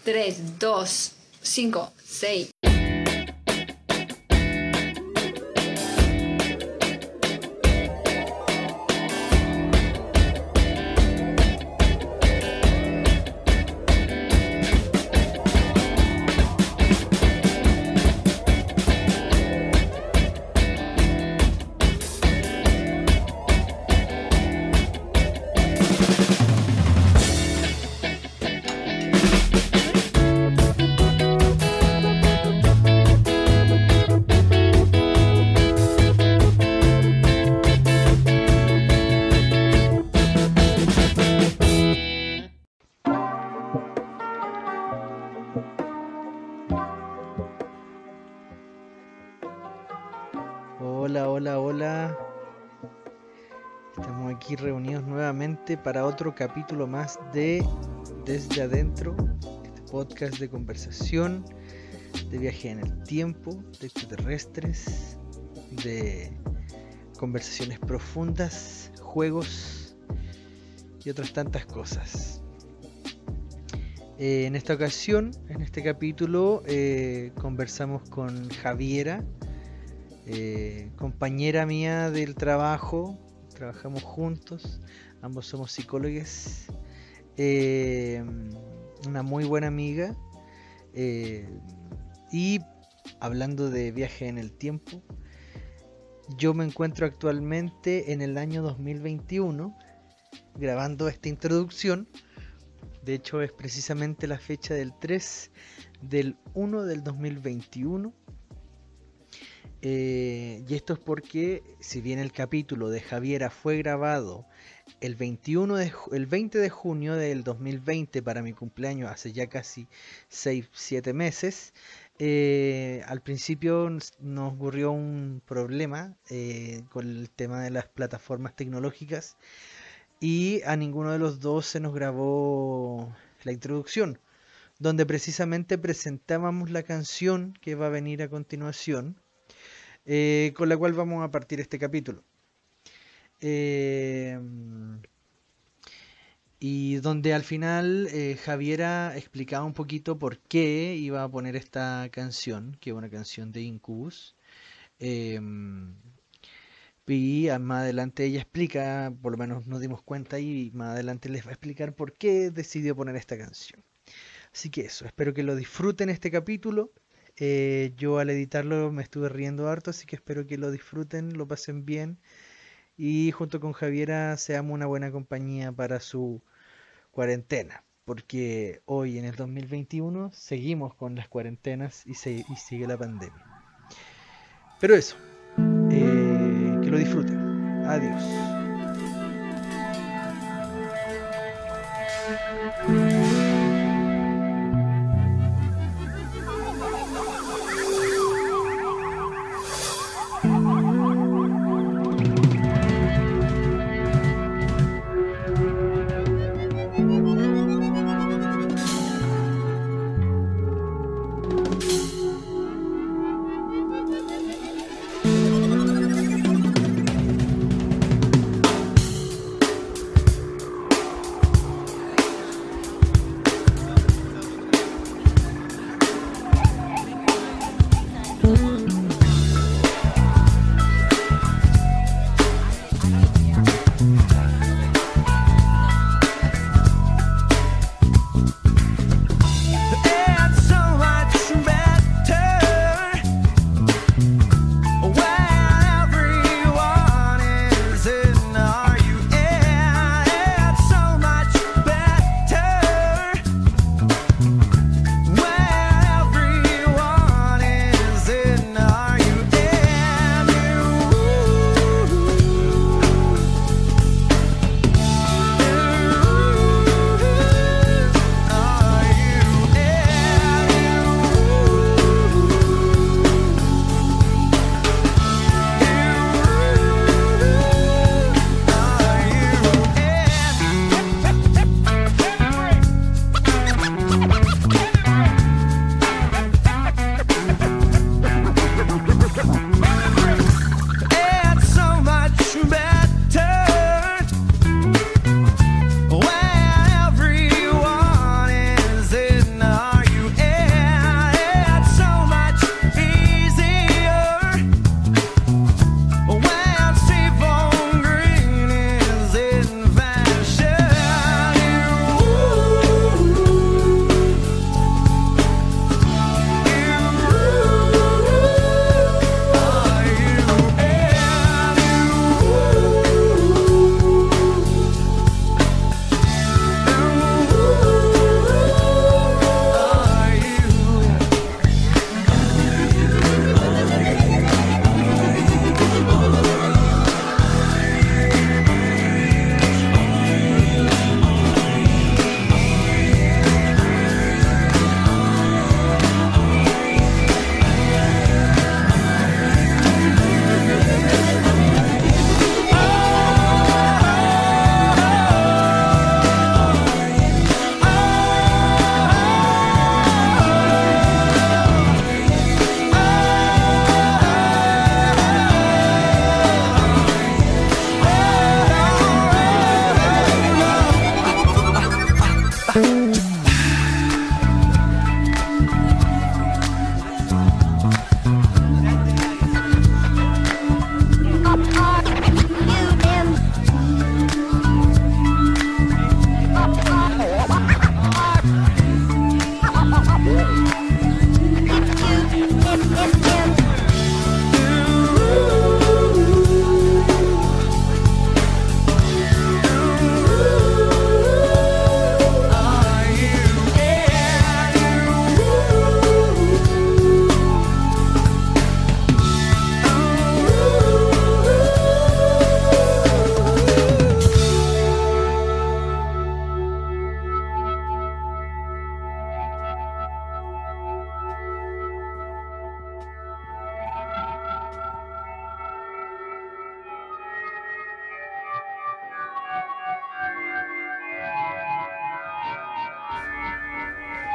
3, 2, 5, 6. Hola. Estamos aquí reunidos nuevamente para otro capítulo más de Desde Adentro, este podcast de conversación, de viaje en el tiempo, de extraterrestres, de conversaciones profundas, juegos y otras tantas cosas. En esta ocasión, en este capítulo, conversamos con Javiera, compañera mía del trabajo. Trabajamos juntos, ambos somos psicólogos, una muy buena amiga, y hablando de viaje en el tiempo, yo me encuentro actualmente en el año 2021 grabando esta introducción. De hecho es precisamente la fecha del 3 del 1 del 2021. Y esto es porque, si bien el capítulo de Javiera fue grabado el 20 de junio del 2020 para mi cumpleaños, hace ya casi 6-7 meses, al principio nos ocurrió un problema con el tema de las plataformas tecnológicas y a ninguno de los dos se nos grabó la introducción, donde precisamente presentábamos la canción que va a venir a continuación. Con la cual vamos a partir este capítulo. Y donde al final Javiera explicaba un poquito por qué iba a poner esta canción, que es una canción de Incubus. Y más adelante ella explica, por lo menos nos dimos cuenta, y más adelante les va a explicar por qué decidió poner esta canción. Así que eso, espero que lo disfruten este capítulo. Yo al editarlo me estuve riendo harto, así que espero que lo disfruten, lo pasen bien y junto con Javiera seamos una buena compañía para su cuarentena, porque hoy en el 2021 seguimos con las cuarentenas y sigue la pandemia. Pero eso, que lo disfruten. Adiós.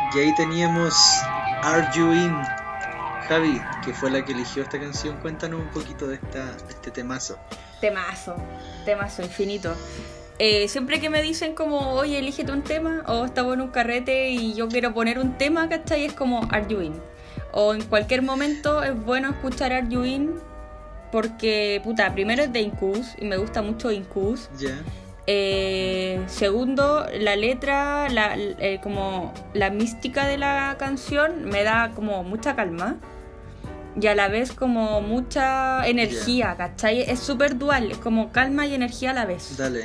Y ahí teníamos Are You In, Javi, que fue la que eligió esta canción. Cuéntanos un poquito de este temazo. Temazo infinito. Siempre que me dicen como, oye, elígete un tema, o estamos en un carrete y yo quiero poner un tema, ¿cachai? Es como Are You In. O en cualquier momento es bueno escuchar Are You In, porque, puta, primero es de Incubus y me gusta mucho Incubus. Ya. Segundo, la letra, como la mística de la canción me da como mucha calma y a la vez como mucha energía, ¿cachai? Es súper dual, es como calma y energía a la vez. Dale.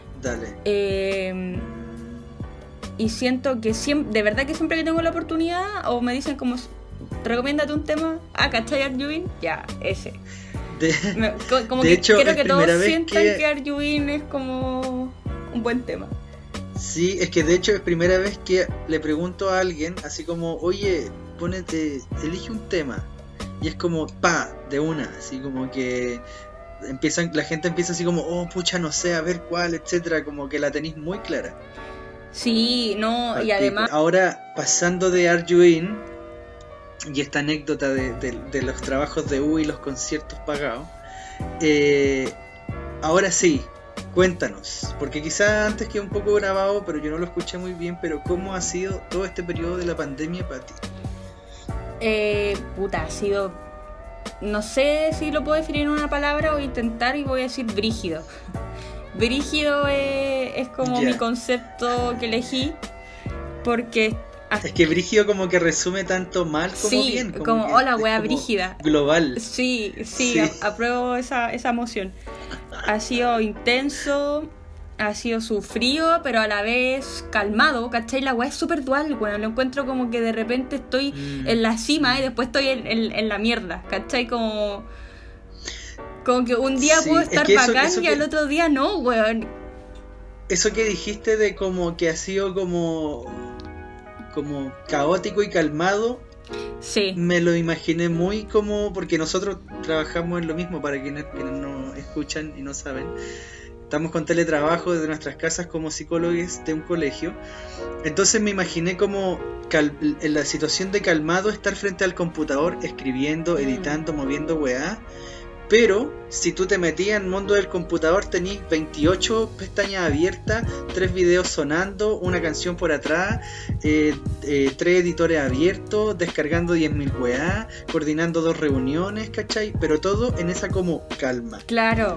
Y siento que de verdad que siempre que tengo la oportunidad o me dicen como, recomiéndate un tema, ¿cachai? Are You In? Ya, ese. Como de que hecho, quiero que todos sientan que Are You In es como un buen tema. Sí, es que de hecho es primera vez que le pregunto a alguien así como, oye, elige un tema. Y es como, de una, así como que la gente empieza así como, oh, pucha, no sé, a ver cuál, etcétera, como que la tenéis muy clara. Sí, no, y además... Ahora, pasando de Are You In, y esta anécdota de los trabajos de U y los conciertos pagados, ahora sí, cuéntanos, porque quizás antes quedó un poco grabado, pero yo no lo escuché muy bien, pero ¿cómo ha sido todo este periodo de la pandemia para ti? Ha sido, no sé si lo puedo definir en una palabra o intentar, y voy a decir brígido. Brígido es como mi concepto que elegí, porque... Es que brígido como que resume tanto mal como bien. Como hola, wea brígida. Global. Sí. Apruebo esa emoción. Ha sido intenso, ha sido sufrido, pero a la vez calmado, ¿cachai? La wea es súper dual, bueno, lo encuentro como que de repente estoy en la cima y después estoy en la mierda, ¿cachai? Como que un día puedo estar bacán y al otro día no, weón. Eso que dijiste de como que ha sido como caótico y calmado, sí, me lo imaginé muy como, porque nosotros trabajamos en lo mismo, para quienes no escuchan y no saben, estamos con teletrabajo desde nuestras casas como psicólogos de un colegio, entonces me imaginé como en la situación de calmado, estar frente al computador, escribiendo, editando, moviendo weá. Pero si tú te metías en el mundo del computador, tenías 28 pestañas abiertas, 3 videos sonando, una canción por atrás, 3 editores abiertos, descargando 10.000 weá, coordinando 2 reuniones, ¿cachai? Pero todo en esa como calma. Claro.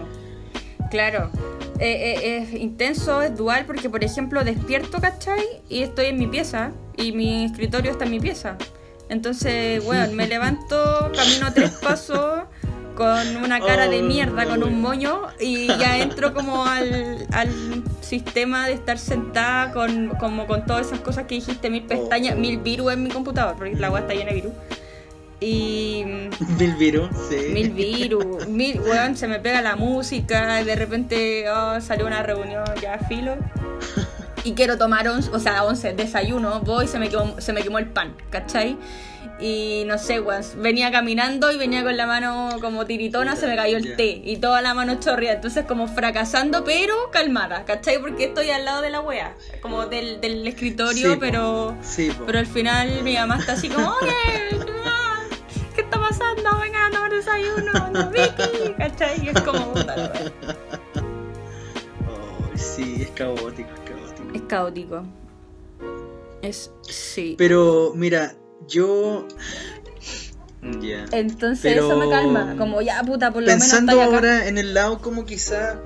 Es intenso, es dual, porque por ejemplo despierto, ¿cachai? Y estoy en mi pieza, y mi escritorio está en mi pieza. Entonces, bueno, me levanto, camino 3 pasos... con una cara de mierda, con un moño, y ya entro como al sistema de estar sentada con todas esas cosas que dijiste, 1000 pestañas, 1000 virus en mi computador, porque la web está llena de virus. Y 1000 virus, sí. 1000 virus, weón, se me pega la música, y de repente salió una reunión ya filo. Y quiero tomar 11, desayuno, voy, se me quemó el pan, ¿cachai? Y no sé, weón, venía caminando y venía con la mano como tiritona, se me cayó el té y toda la mano chorreada, entonces como fracasando pero calmada, ¿cachai? Porque estoy al lado de la wea, como del escritorio, sí, pero al final mi mamá está así como, oye, ¿qué está pasando? Venga a tomar desayuno, no, Vicky, ¿cachai? Y es como puta la wea. Sí, es caótico. Es caótico. Sí. Pero mira, entonces pero... eso me calma, como ya puta, por lo menos pensando ahora en el lado como quizá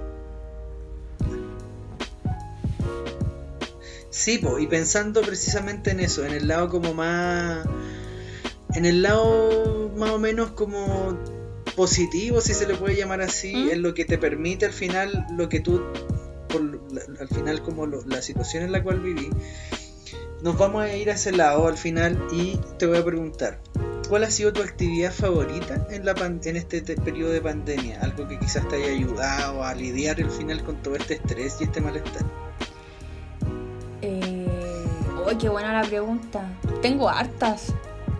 sí, y pensando precisamente en eso, en el lado como más, en el lado más o menos como positivo, si se le puede llamar así, es lo que te permite al final lo que tú al final como la situación en la cual viví. Nos vamos a ir a ese lado al final y te voy a preguntar, ¿cuál ha sido tu actividad favorita en este periodo de pandemia? Algo que quizás te haya ayudado a lidiar al final con todo este estrés y este malestar. Qué buena la pregunta. Tengo hartas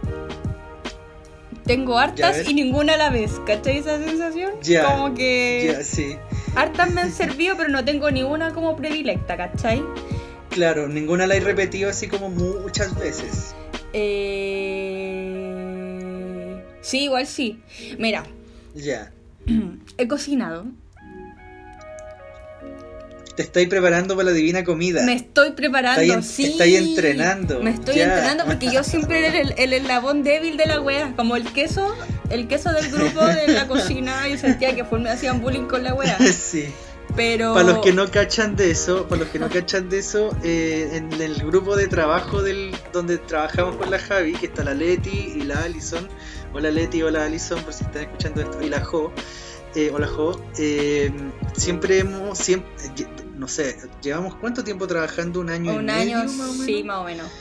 y ninguna a la vez, ¿cachai esa sensación? Como que sí. hartas me han servido, pero no tengo ni una como predilecta, ¿cachai? Claro, ninguna la he repetido así como muchas veces. Sí, igual sí. Mira, Ya. he cocinado. Te estáis preparando para la divina comida. Me estoy preparando, sí. Estáis entrenando. Me estoy entrenando porque yo siempre era el eslabón débil de la wea. Como el queso del grupo de la cocina. Yo sentía que me hacían bullying con la wea. Sí. Pero... Para los que no cachan de eso, en el grupo de trabajo donde trabajamos con la Javi, que está la Leti y la Alison. Hola Leti, hola Alison, por si están escuchando esto. Y la Jo. Hola Jo. Siempre, no sé, llevamos ¿cuánto tiempo trabajando? ¿Un año y medio? Un año, más o menos. Sí, más o menos.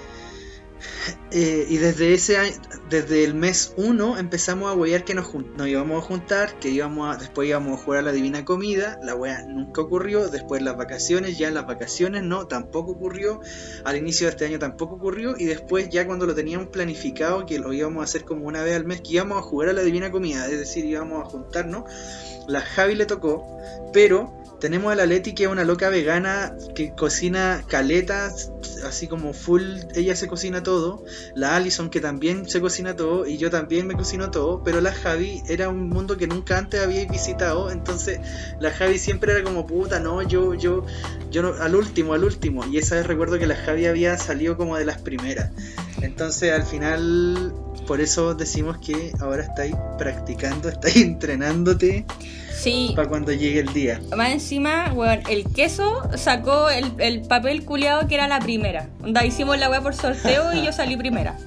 Y desde ese año, desde el mes 1 empezamos a huear que nos íbamos a juntar, que después íbamos a jugar a la divina comida. La wea nunca ocurrió. Después las vacaciones, ya en las vacaciones no, tampoco ocurrió. Al inicio de este año tampoco ocurrió. Y después ya cuando lo teníamos planificado, que lo íbamos a hacer como una vez al mes, que íbamos a jugar a la divina comida, es decir, íbamos a juntarnos, la Javi le tocó, pero tenemos a la Leti, que es una loca vegana que cocina caletas, así como full, ella se cocina todo. La Alison, que también se cocina todo, y yo también me cocino todo. Pero la Javi era un mundo que nunca antes había visitado. Entonces la Javi siempre era como, puta, no, yo no, al último. Y esa vez recuerdo que la Javi había salido como de las primeras. Entonces al final, por eso decimos que ahora estáis practicando, estáis entrenándote. Sí. Para cuando llegue el día. Más encima, weón, el queso sacó el papel culiado que era la primera. Onda, hicimos la weá por sorteo y yo salí primera.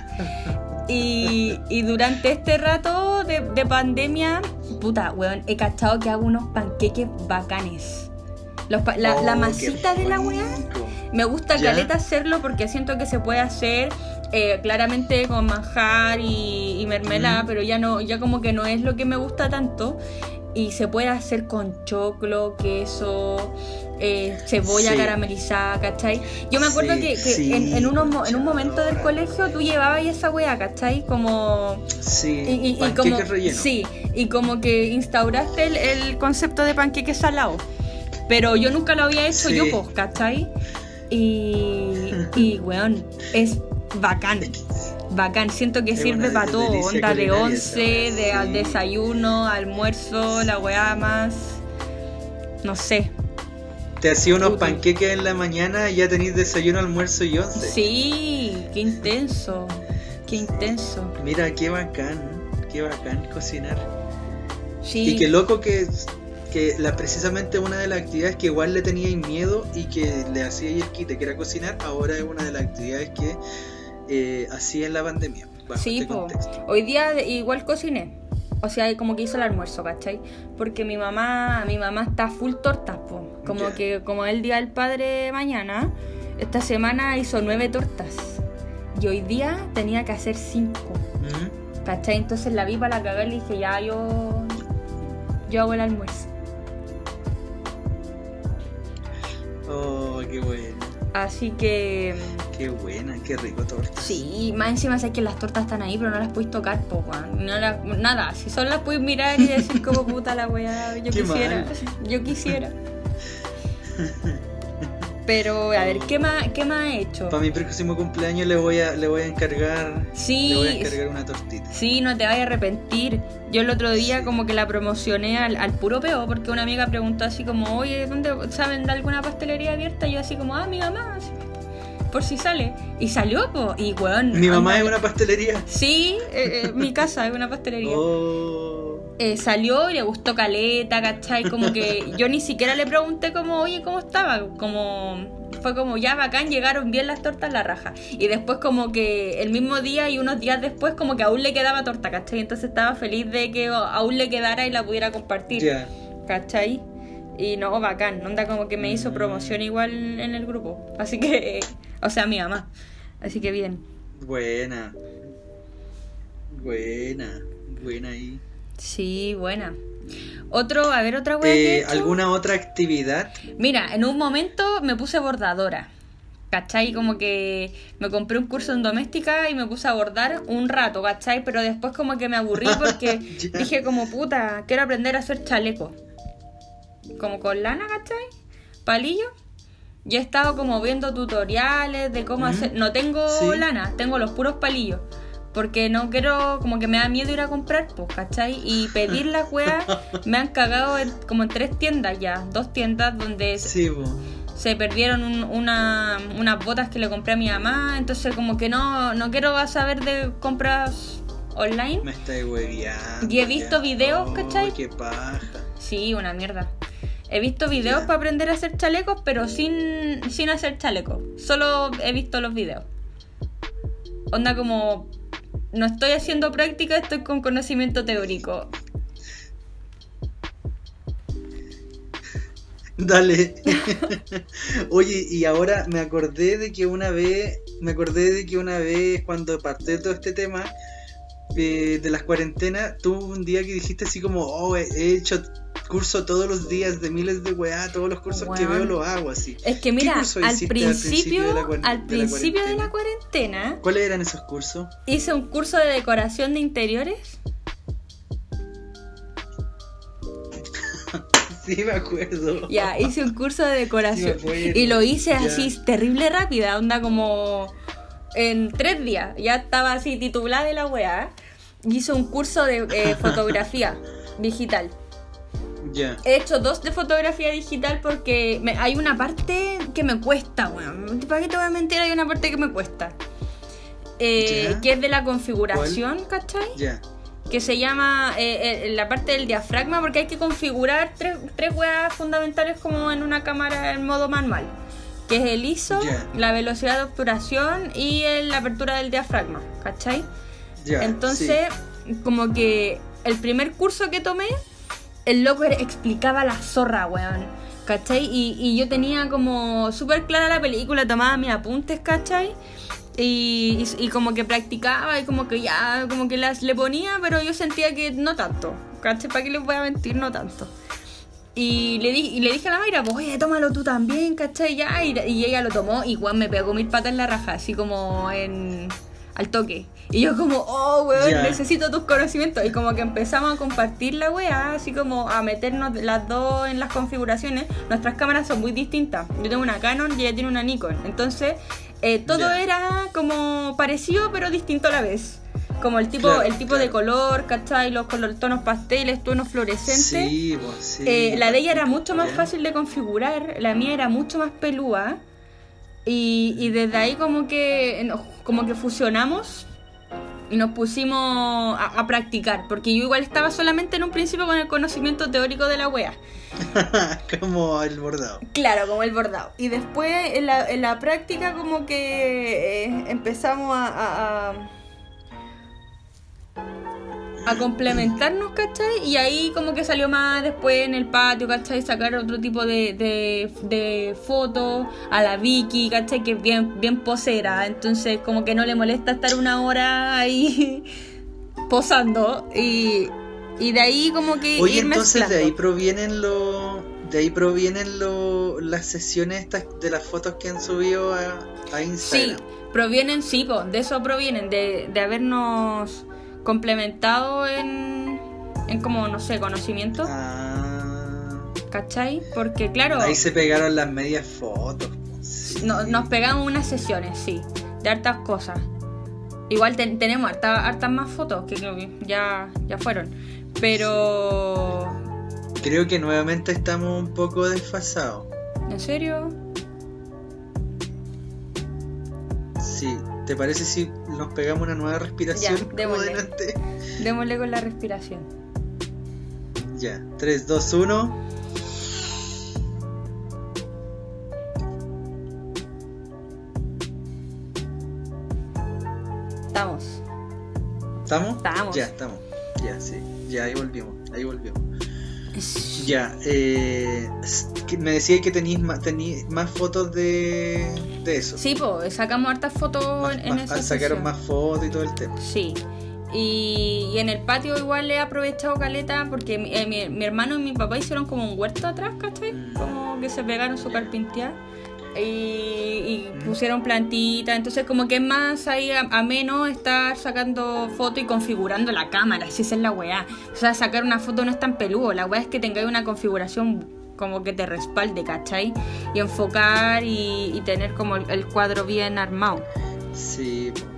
Y durante este rato de pandemia, puta, weón, he cachado que hago unos panqueques bacanes. La masita de la weá. Me gusta caleta hacerlo porque siento que se puede hacer claramente con manjar y mermelada, pero ya como que no es lo que me gusta tanto. Y se puede hacer con choclo, queso, cebolla caramelizada, ¿cachai? Yo me acuerdo que en un momento del colegio tú llevabas esa weá, ¿cachai? Como... Sí, como relleno. Sí, y como que instauraste el concepto de panqueque salado. Pero yo nunca lo había hecho yo, pues, ¿cachai? Y weón, es bacán. Bacán, siento que sirve para todo, onda de once, al desayuno, almuerzo, la weá más, no sé. Te hacía unos panqueques en la mañana y ya tenéis desayuno, almuerzo y once. Sí, qué intenso. Mira, qué bacán cocinar. Sí. Y qué loco que precisamente una de las actividades que igual le tenía miedo y que le hacía el quite, que era cocinar, ahora es una de las actividades que así en la pandemia. Sí, hoy día igual cociné. O sea, como que hizo el almuerzo, ¿cachai? Porque mi mamá está full tortas, po. Como que como el día del padre mañana, esta semana hizo 9 tortas. Y hoy día tenía que hacer 5. ¿Cachai? Entonces la vi para la cagar y le dije, ya yo hago el almuerzo. Oh, qué bueno. Así que... Qué buena, qué rico torta. Sí, más encima sé que las tortas están ahí, pero no las puedes tocar, po, weón. Nada, si solo las puedes mirar y decir como puta la weá, yo quisiera. Pero, a ver, ¿qué más he hecho? Para mi próximo cumpleaños le voy a encargar. Sí, le voy a encargar una tortita. Sí, no te vayas a arrepentir. Yo el otro día como que la promocioné al puro peo, porque una amiga preguntó así como, oye, ¿dónde saben de alguna pastelería abierta? Y yo así como, mi mamá, así, por si sale. Y salió, po, y weón. ¿Mi mamá es una pastelería? Sí, mi casa es una pastelería. Oh. Salió y le gustó caleta, ¿cachai? Como que yo ni siquiera le pregunté como, oye, ¿cómo estaba? Como fue como, ya bacán, llegaron bien las tortas, la raja. Y después como que el mismo día y unos días después como que aún le quedaba torta, ¿cachai? Entonces estaba feliz de que aún le quedara y la pudiera compartir, ¿cachai? Y no, bacán, onda como que me hizo promoción igual en el grupo. Así que, o sea, mi mamá. Así que bien. Buena ahí. Sí, buena. Otra wea que he hecho. ¿Alguna otra actividad? Mira, en un momento me puse bordadora, ¿cachai? Como que me compré un curso en doméstica y me puse a bordar un rato, ¿cachai? Pero después como que me aburrí porque dije como, puta, quiero aprender a hacer chaleco. Como con lana, ¿cachai? Palillo. y he estado como viendo tutoriales de cómo hacer. No tengo lana, tengo los puros palillos. Porque no quiero, como que me da miedo ir a comprar, pues, ¿cachai? Y pedir las weas me han cagado como en 3 tiendas ya. 2 tiendas donde se perdieron unas botas que le compré a mi mamá. Entonces como que no quiero saber de compras online. Me estáis hueviando. Y he visto videos, ¿cachai? Qué paja. Sí, una mierda. He visto videos para aprender a hacer chalecos, pero sin hacer chalecos. Solo he visto los videos. Onda como... No estoy haciendo práctica, estoy con conocimiento teórico. Dale. Oye, y ahora me acordé de que una vez cuando partió todo este tema de las cuarentenas, tuvo un día que dijiste así como, he hecho curso todos los días de miles de weá, todos los cursos que veo los hago así. Es que mira, al principio de la cuarentena, ¿cuáles eran esos cursos? Hice un curso de decoración de interiores. Sí, me acuerdo. Ya, hice un curso de decoración y lo hice así terrible rápida, onda como en 3 días. Ya estaba así titulada de la weá. Hice un curso de fotografía digital. Yeah. He hecho 2 de fotografía digital porque hay una parte que me cuesta, weón. ¿Para qué te voy a mentir? Hay una parte que me cuesta. Que es de la configuración, ¿cuál? ¿Cachai? Yeah. Que se llama la parte del diafragma, porque hay que configurar 3 weas fundamentales como en una cámara en modo manual. Que es el ISO, la velocidad de obturación y la apertura del diafragma, ¿cachai? Entonces, como que el primer curso que tomé, el loco explicaba la zorra, weón, ¿cachai? Y yo tenía como súper clara la película, tomaba mis apuntes, ¿cachai? Y como que practicaba y como que ya, como que le ponía, pero yo sentía que no tanto, ¿cachai? ¿Para qué les voy a mentir? No tanto. Y le dije a la Mayra, pues oye, tómalo tú también, ¿cachai? Ya, y ella lo tomó y Juan me pegó 1000 patas en la raja, así como al toque. Y yo como, oh, weón, necesito tus conocimientos. Y como que empezamos a compartir la weá, así como a meternos las dos en las configuraciones. Nuestras cámaras son muy distintas. Yo tengo una Canon y ella tiene una Nikon. Entonces, todo era como parecido, pero distinto a la vez. Como el tipo de color, ¿cachai? Los tonos pasteles, tonos fluorescentes. Sí, pues sí. La de ella era mucho más fácil de configurar. La mía era mucho más pelúa. Y desde ahí como que fusionamos y nos pusimos a practicar, porque yo igual estaba solamente en un principio con el conocimiento teórico de la wea. Como el bordado. Claro, como el bordado. Y después en la práctica como que empezamos a complementarnos, ¿cachai? Y ahí como que salió más después en el patio, ¿cachai? Sacar otro tipo de fotos a la Vicky, ¿cachai? Que es bien posera, entonces como que no le molesta estar 1 hora ahí posando y de ahí como que oye, ir entonces mezclando. de ahí provienen las sesiones estas de las fotos que han subido a Instagram. Sí, de eso provienen, de habernos complementado en como, no sé, conocimiento. ¿Cachai? Porque claro, ahí se pegaron las medias fotos. Sí. Nos pegamos unas sesiones, sí, de hartas cosas. Igual tenemos hartas más fotos que creo que ya fueron. Pero creo que nuevamente estamos un poco desfasados. ¿En serio? Sí. ¿Te parece si nos pegamos una nueva respiración? Ya, démosle con la respiración. Ya, 3, 2, 1. ¿Estamos? ¿Estamos? Ya, estamos. Ya, sí. Ya, ahí volvimos. Ya, me decía que tenéis más fotos de eso. Sí, pues sacamos hartas fotos en esa sacaron sesión. Más fotos y todo el tema. Sí. Y en el patio igual he aprovechado caleta porque mi hermano y mi papá hicieron como un huerto atrás, ¿cachai? Como que se pegaron su carpinteada y pusieron plantitas, entonces como que es más ahí ameno estar sacando fotos y configurando la cámara, si esa es la weá. O sea, sacar una foto no es tan peludo, la weá es que tengáis una configuración como que te respalde, ¿cachai? Y enfocar y tener como el cuadro bien armado. Sí, po.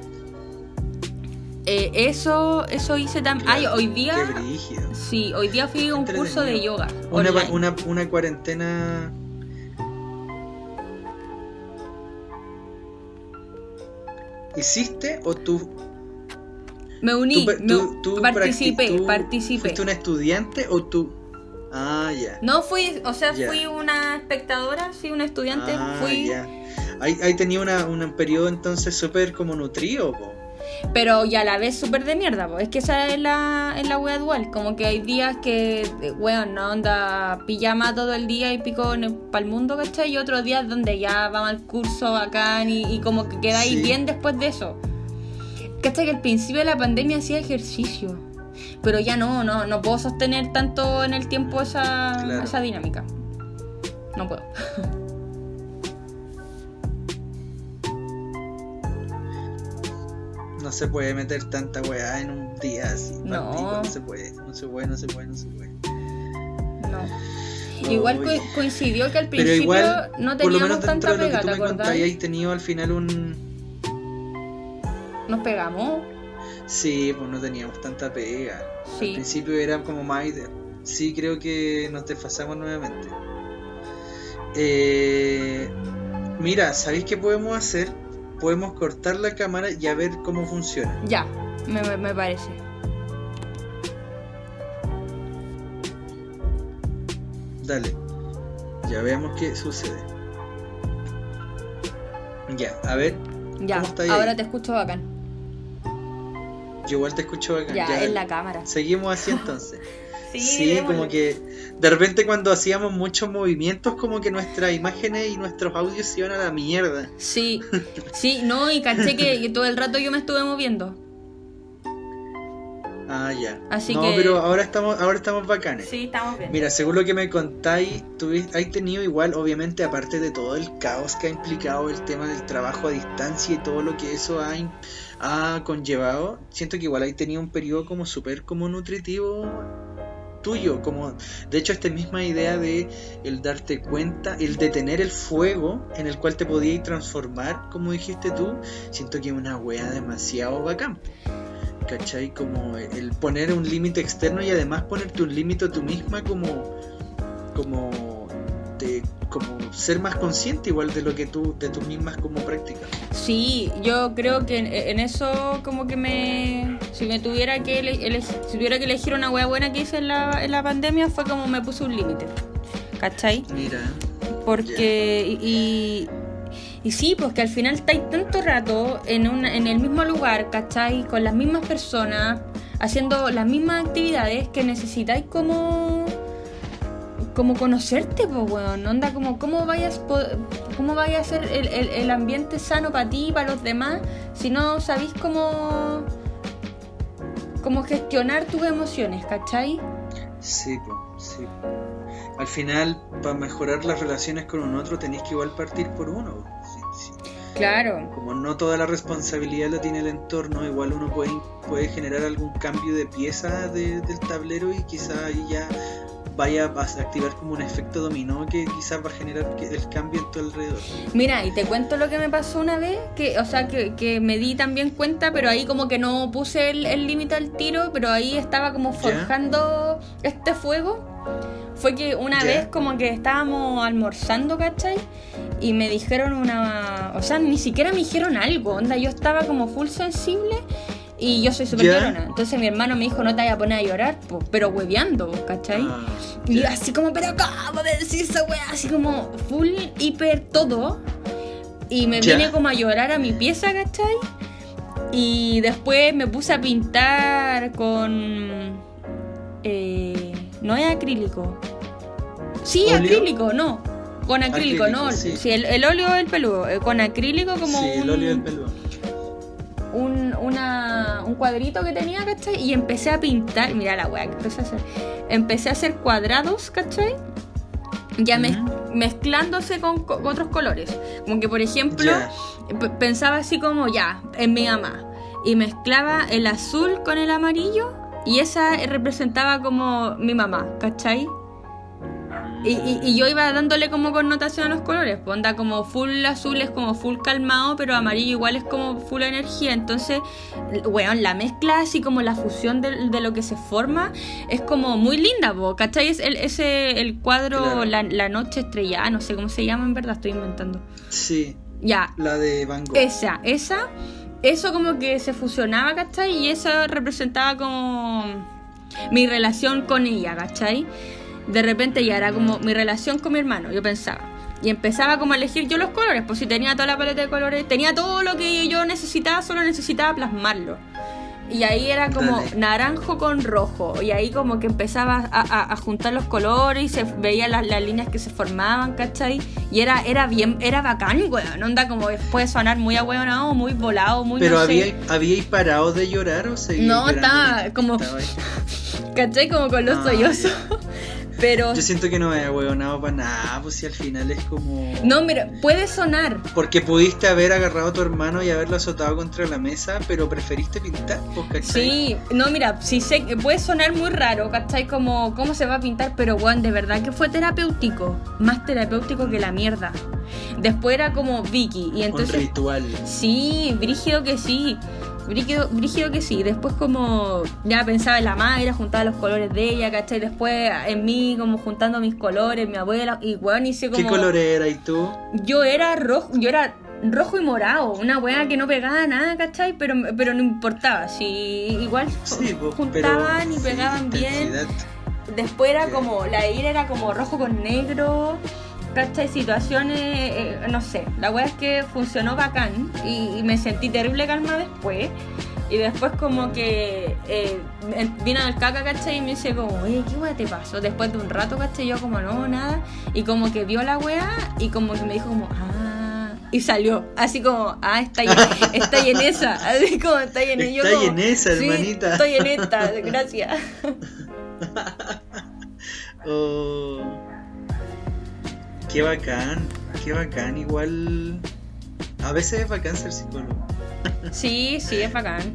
Eso hice también. Claro, Ay, hoy día. Qué brígido. Sí, hoy día fui a un curso de yoga. Una cuarentena. ¿Hiciste o tú? Me uní, participé. ¿Fuiste una estudiante o tú? Ah, ya. No fui, o sea, Ya. fui una espectadora, sí, una estudiante, fui. Ya. Ahí tenía un periodo entonces súper como nutrido, po. Pero ya a la vez súper de mierda, po. Es que esa es la wea dual. Como que hay días que, weón, no onda pijama todo el día y pico para el mundo, ¿cachai? Y otros días donde ya vamos al curso bacán y como que quedáis Sí. bien después de eso. ¿Cachai? Que al principio de la pandemia hacía ejercicio. Pero ya no puedo sostener tanto en el tiempo Claro. esa dinámica. No puedo. No se puede meter tanta weá en un día así. No. Palpico, no se puede. No. No, Igual oye. coincidió que al Pero principio igual, no por lo teníamos menos dentro tanta de lo que pega, tú ¿te me contabas, acordás? ahí tenido al final un... Nos pegamos. Sí, pues no teníamos tanta pega. Sí. Al principio era como más idea. Sí, creo que nos desfasamos nuevamente. Mira, ¿sabéis qué podemos hacer? Podemos cortar la cámara y a ver cómo funciona. Ya, me parece. Dale. Ya veamos qué sucede. Ya, a ver. Ya, ¿Cómo está ahí? ahora te escucho bacán. Yo igual te escucho acá. Ya, en la cámara. Seguimos así entonces. Sí, Sí, démosle. como que de repente cuando hacíamos muchos movimientos, como que nuestras imágenes y nuestros audios se iban a la mierda. Sí, no, y caché que todo el rato yo me estuve moviendo. Ah, ya. Así no, que- pero ahora estamos bacanes. Sí, estamos bien. Mira, según lo que me contáis, has tenido igual, obviamente, aparte de todo el caos que ha implicado el tema del trabajo a distancia y todo lo que eso ha conllevado, siento que igual hay tenido un periodo como súper como nutritivo tuyo, como de hecho esta misma idea de el darte cuenta, el detener el fuego en el cual te podías transformar, como dijiste tú, siento que es una wea demasiado bacán. ¿Cachai? Como el poner un límite externo y además ponerte un límite tú misma como ser más consciente igual de lo que de tus mismas como prácticas. Sí, yo creo que en eso como que si me tuviera que si tuviera que elegir una wea buena que hice en la pandemia fue como me puse un límite, ¿cachai? Mira, Porque y sí, pues que al final estáis tanto rato en el mismo lugar, ¿cachai? Con las mismas personas, haciendo las mismas actividades que necesitáis como conocerte, pues, weón. Onda, cómo vaya a ser el ambiente sano para ti y para los demás si no sabéis cómo gestionar tus emociones, ¿cachai? sí, sí. Al final, para mejorar las relaciones con un otro tenéis que igual partir por uno. Sí. Claro. Como no toda la responsabilidad la tiene el entorno, igual uno puede generar algún cambio de pieza del tablero y quizá ahí ya vaya a activar como un efecto dominó que quizás va a generar el cambio en tu alrededor. Mira, y te cuento lo que me pasó una vez, que me di también cuenta, pero ahí como que no puse el límite al tiro, pero ahí estaba como forjando este fuego. Fue que una vez como que estábamos almorzando, ¿cachai? Y me dijeron o sea, ni siquiera me dijeron algo, onda, yo estaba como full sensible y yo soy súper llorona. Entonces mi hermano me dijo, no te vayas a poner a llorar, pero hueveando, ¿cachai? Y yo así como, pero acabo de decir esa wea, así como full, hiper todo. Y me vine como a llorar a mi pieza, ¿cachai? Y después me puse a pintar con... no es acrílico. Sí, ¿Óleo? acrílico, no. Con acrílico, no. Sí. Sí, el óleo es el peludo. Con acrílico como sí, el óleo del peludo. un cuadrito que tenía, ¿cachai? Y empecé a pintar. Mira la wea que empecé a hacer. Empecé a hacer cuadrados, ¿cachai? Ya mezclándose con otros colores. Como que, por ejemplo, pensaba así como en mi mamá. Y mezclaba el azul con el amarillo. Y esa representaba como mi mamá, ¿cachai? Y yo iba dándole como connotación a los colores, pues onda como full azul es como full calmado, pero amarillo igual es como full energía. Entonces, weón, la mezcla así como la fusión de lo que se forma es como muy linda, po, ¿cachai? Es el cuadro, Claro. la noche estrellada, no sé cómo se llama en verdad, estoy inventando. Sí, Ya, la de Van Gogh. eso como que se fusionaba, ¿cachai? Y eso representaba como mi relación con ella, ¿cachai? De repente ya era como mi relación con mi hermano, yo pensaba. Y empezaba como a elegir yo los colores, pues si tenía toda la paleta de colores, tenía todo lo que yo necesitaba, solo necesitaba plasmarlo. Y ahí era como Dale. naranjo con rojo. Y ahí como que empezaba a juntar los colores y se veía las líneas que se formaban, ¿cachai? Y era bacán, weón. Onda como puede sonar muy ahueonado, muy volado, muy Pero no sé. ¿habíais parado de llorar o seguíais No, llorando? estaba como, Estaba ahí. ¿cachai? Como con los Ah, sollozos. Pero, Yo siento que no me he huevonado para nada, pues si al final es como... no, mira, puede sonar. Porque pudiste haber agarrado a tu hermano y haberlo azotado contra la mesa, pero preferiste pintar, pues, ¿cachai? Sí, no, mira, sí sé que puede sonar muy raro, ¿cachai? Como, ¿cómo se va a pintar? Pero, weón, de verdad que fue terapéutico. Más terapéutico que la mierda. Después era como Vicky, y Un entonces... ritual. Sí, brígido que sí. Brígido que sí. Después como ya pensaba en la madre, juntaba los colores de ella, ¿cachai? Después en mí como juntando mis colores, mi abuela, y weón hice como... ¿Qué color era y tú? Yo era rojo y morado, una weá que no pegaba nada, ¿cachai? Pero no importaba, sí, igual Sí, pues, juntaban pero y pegaban sí, bien. intensidad. Después era Sí. como, la ira era como rojo con negro, ¿cachai? Situaciones, no sé, la weá es que funcionó bacán y me sentí terrible calma después. Y después como que vino el caca, ¿cachai? Y me dice como, oye, ¿qué weá te pasó? Después de un rato, ¿cachai? Yo como, no, nada. Y como que vio la weá y como que me dijo como, y salió, así como, está ahí en esa, así como está ahí en esa. Está ahí en esa, sí, hermanita. estoy en esta, gracias. Oh, qué bacán, igual a veces es bacán ser psicólogo. Sí, es bacán.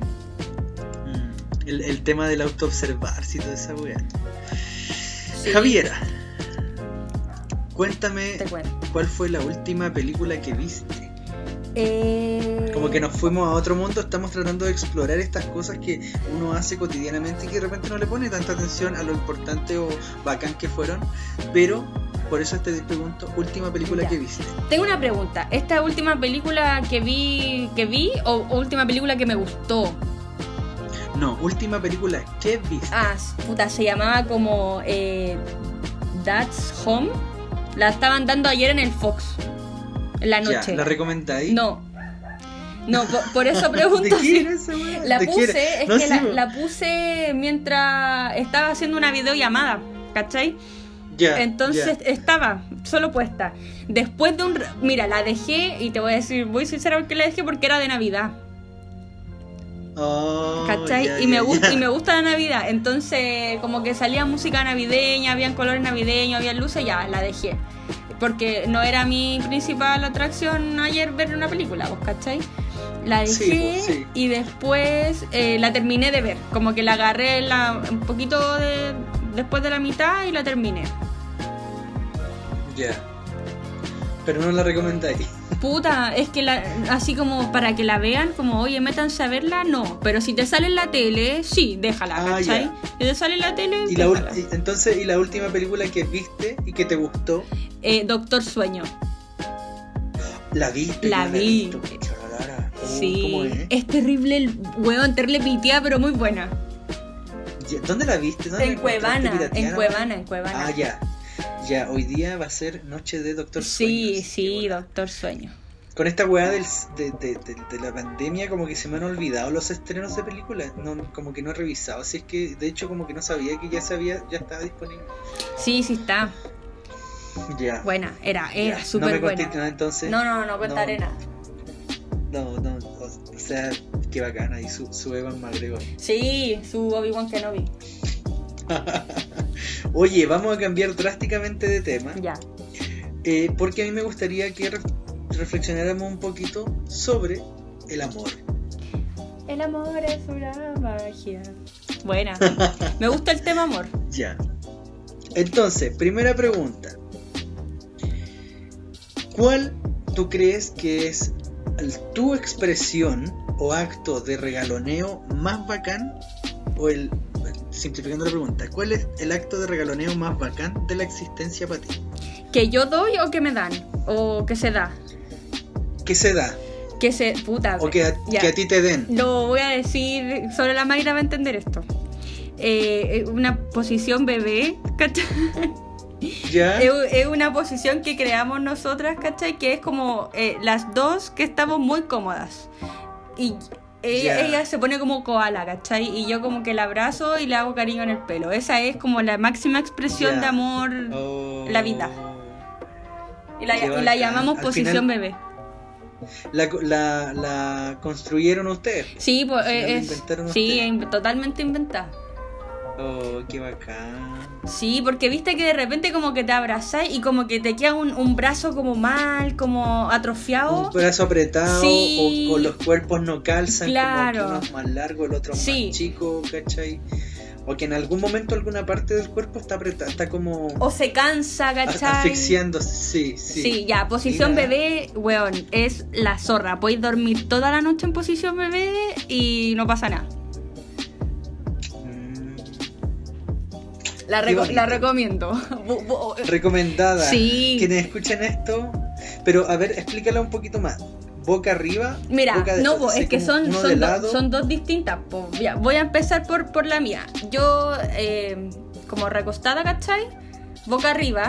El tema del autoobservarse y toda esa weá. Sí, Javiera, cuéntame te cuento. cuál fue la última película que viste. Como que nos fuimos a otro mundo, estamos tratando de explorar estas cosas que uno hace cotidianamente y que de repente no le pone tanta atención a lo importante o bacán que fueron, pero por eso te pregunto, última película Ya. que viste. Tengo una pregunta. ¿Esta última película que vi o última película que me gustó? No, última película que viste. Puta, se llamaba como That's Home. La estaban dando ayer en el Fox. En la noche. Ya, ¿la recomendáis? No, por eso pregunto. ¿De si- quién es esa weá? La ¿De quién puse, es? es No, que sí, la puse mientras estaba haciendo una videollamada, ¿cachai? ya, Entonces ya. estaba solo puesta. Después de mira, la dejé y te voy a decir muy sincera porque la dejé porque era de Navidad, Oh, ¿cachai? ya, y me ya, gusta ya. y me gusta la Navidad, entonces como que salía música navideña, habían colores navideños, había luces, ya la dejé. Porque no era mi principal atracción ayer ver una película, ¿vos cachai? La dejé Sí, pues, sí. y después la terminé de ver. Como que la agarré un poquito después de la mitad y la terminé. Ya. Pero no la recomendáis. Puta, es que así como para que la vean, como oye, métanse a verla, no. Pero si te sale en la tele, sí, déjala, ¿cachai? ya. Si te sale en la tele, ¿Y déjala. entonces, ¿y la última película que viste y que te gustó? Doctor Sueño. ¿La viste? La Yo no vi. he visto. Chalalara. Sí, ¿Cómo es? es terrible el weón, terrible pitiá, pero muy buena. ¿Dónde la viste? ¿Dónde la En encontraste? ¿Pirateada? En Cuevana. Ah, ya. Ya, hoy día va a ser noche de Doctor Sí, Sueño. sí, Doctor Sueño. Con esta weá de la pandemia, como que se me han olvidado los estrenos de películas. No, como que no he revisado. Así es que, de hecho, como que no sabía que ya estaba disponible. Sí, está. Ya. Buena, era Ya. súper No me buena. contaste nada entonces. No contaré nada. No, o sea, qué bacana. Y su Evan McGregor. Sí, su Obi-Wan Kenobi. Oye, vamos a cambiar drásticamente de tema. Ya. Porque a mí me gustaría que reflexionáramos un poquito sobre el amor. El amor es una magia. Buena. Me gusta el tema amor. Ya. Entonces, primera pregunta. ¿Cuál tú crees que es tu expresión o acto de regaloneo más bacán? O simplificando la pregunta, ¿cuál es el acto de regaloneo más bacán de la existencia para ti? ¿Que yo doy o que me dan? ¿O que se da? Que se da. Que se... Puta. O que a ti te den. Lo voy a decir, solo la Mayra va a entender esto. Una posición bebé, ¿cachai? ¿Ya? Es una posición que creamos nosotras, ¿cachai? Que es como las dos que estamos muy cómodas. Y ella se pone como koala, ¿cachai? Y yo como que la abrazo y le hago cariño en el pelo. Esa es como la máxima expresión de amor, la vida. Y la llamamos posición bebé. ¿La construyeron ustedes? Sí, pues inventaron ustedes. Totalmente inventada. Oh, qué bacán. Sí, porque viste que de repente como que te abrazás y como que te queda un brazo como mal, como atrofiado. Un brazo apretado, sí. o los cuerpos no calzan, claro. Como que uno es más largo, el otro es más chico, ¿cachai? O que en algún momento alguna parte del cuerpo está apretada, está como... O se cansa, ¿cachai? Asfixiándose, sí. Sí, ya, posición bebé, weón, es la zorra. Podéis dormir toda la noche en posición bebé y no pasa nada. La recomiendo. Recomendada. Sí. Quienes escuchen esto, pero a ver, explícala un poquito más. Boca arriba. Mira, boca es que son dos distintas. Ya, voy a empezar por la mía. Yo, como recostada, ¿cachai? Boca arriba.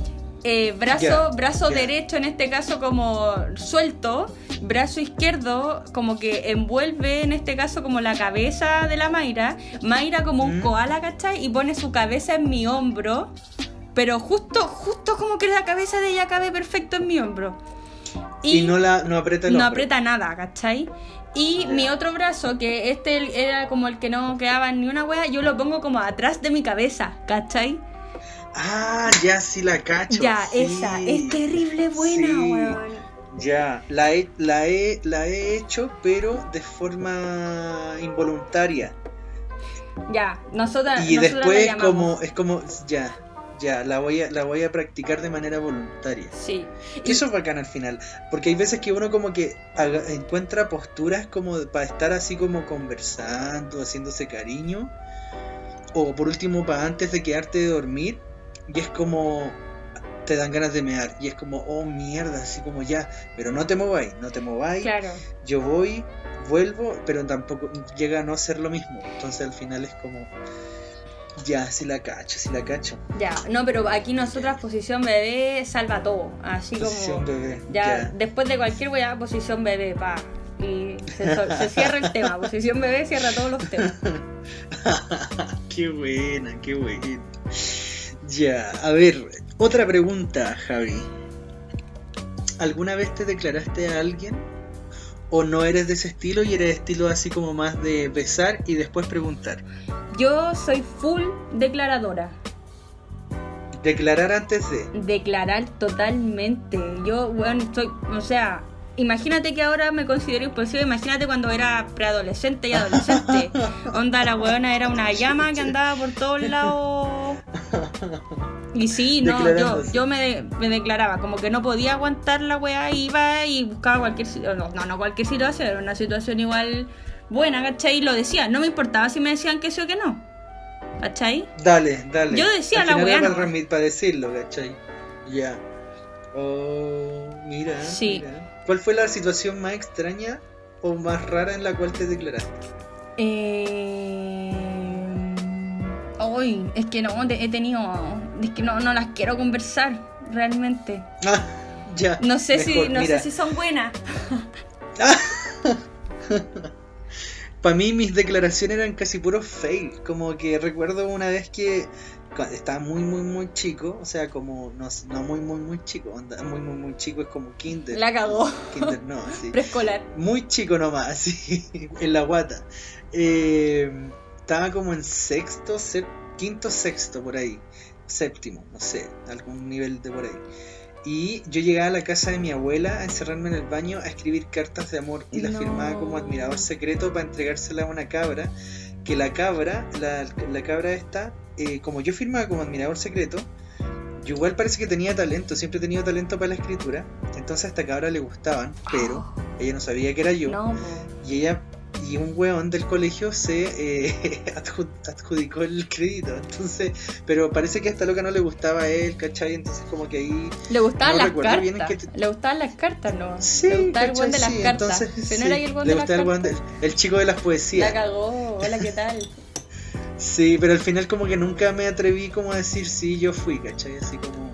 Brazo derecho, en este caso, como suelto. Brazo izquierdo, como que envuelve, en este caso, como la cabeza de la Mayra. Mayra como un koala, ¿cachai? Y pone su cabeza en mi hombro. Pero justo como que la cabeza de ella cabe perfecto en mi hombro. Y no aprieta el hombro. No aprieta nada, ¿cachai? Y mi otro brazo, que era como el que no quedaba en ni una wea, yo lo pongo como atrás de mi cabeza, ¿cachai? Ah, ya sí la cacho. Ya, sí. esa, es terrible buena, weón. Ya, la he hecho, pero de forma involuntaria. Ya, nosotras después la llamamos. es como ya, la voy a practicar de manera voluntaria. Sí. Y eso es bacán al final, porque hay veces que uno como que encuentra posturas como para estar así como conversando, haciéndose cariño, o por último para antes de quedarte de dormir, y es como te dan ganas de mear, y es como, oh mierda, así como ya, pero no te mováis, claro. Yo voy, vuelvo, pero tampoco llega a no ser lo mismo, entonces al final es como, ya, sí la cacho. Ya, no, pero aquí nosotras posición bebé salva todo, así posición como, bebé, ya, después de cualquier weá, posición bebé, pa, y se cierra el tema, posición bebé cierra todos los temas. Qué buena. Ya, a ver, otra pregunta, Javi. ¿Alguna vez te declaraste a alguien? ¿O no eres de ese estilo y eres estilo así como más de besar y después preguntar? Yo soy full declaradora. ¿Declarar antes de? Declarar totalmente. Yo, bueno, imagínate que ahora me considero impulsiva. Imagínate cuando era preadolescente y adolescente. Onda, la weona era una llama que andaba por todos lados. Y sí, no, yo me declaraba como que no podía aguantar la weá, iba y buscaba cualquier no cualquier situación, era una situación igual buena, ¿cachai? Y lo decía, no me importaba si me decían que sí o que no, ¿cachai? Dale. Yo decía la weá, no. Para decirlo, ¿cachai? Ya. Oh, mira. Sí. Mira. ¿Cuál fue la situación más extraña o más rara en la cual te declaraste? Es que no, he tenido... Es que no las quiero conversar, realmente. Ya. No sé si son buenas. Para mí mis declaraciones eran casi puros fail. Como que recuerdo una vez que estaba muy chico, o sea, como no muy chico, muy chico es como kinder. La cagó. Kinder no, así. Preescolar. Muy chico nomás, así, en la guata. Estaba como en quinto, sexto, por ahí. Séptimo, no sé, algún nivel de por ahí. Y yo llegaba a la casa de mi abuela a encerrarme en el baño a escribir cartas de amor y las firmaba como admirador secreto para entregársela a una cabra. Que la cabra esta como yo firmaba como admirador secreto, yo igual parece que tenía talento, siempre he tenido talento para la escritura, entonces a esta cabra le gustaban, pero ella no sabía que era yo, No, y un weón del colegio se adjudicó el crédito, entonces, pero parece que a esta loca no le gustaba a él, ¿cachai? Entonces como que ahí... le gustaban no las recuerdo bien cartas. en qué Le gustaban las cartas, ¿no? Sí, le gustaba el ¿cachai? buen de las Sí, cartas. entonces, Si no sí, era ahí el buen le de las gustaba el cartas. weón el chico de las poesías. La cagó, hola, ¿qué tal? Sí, pero al final como que nunca me atreví como a decir sí, yo fui, ¿cachai? Así como...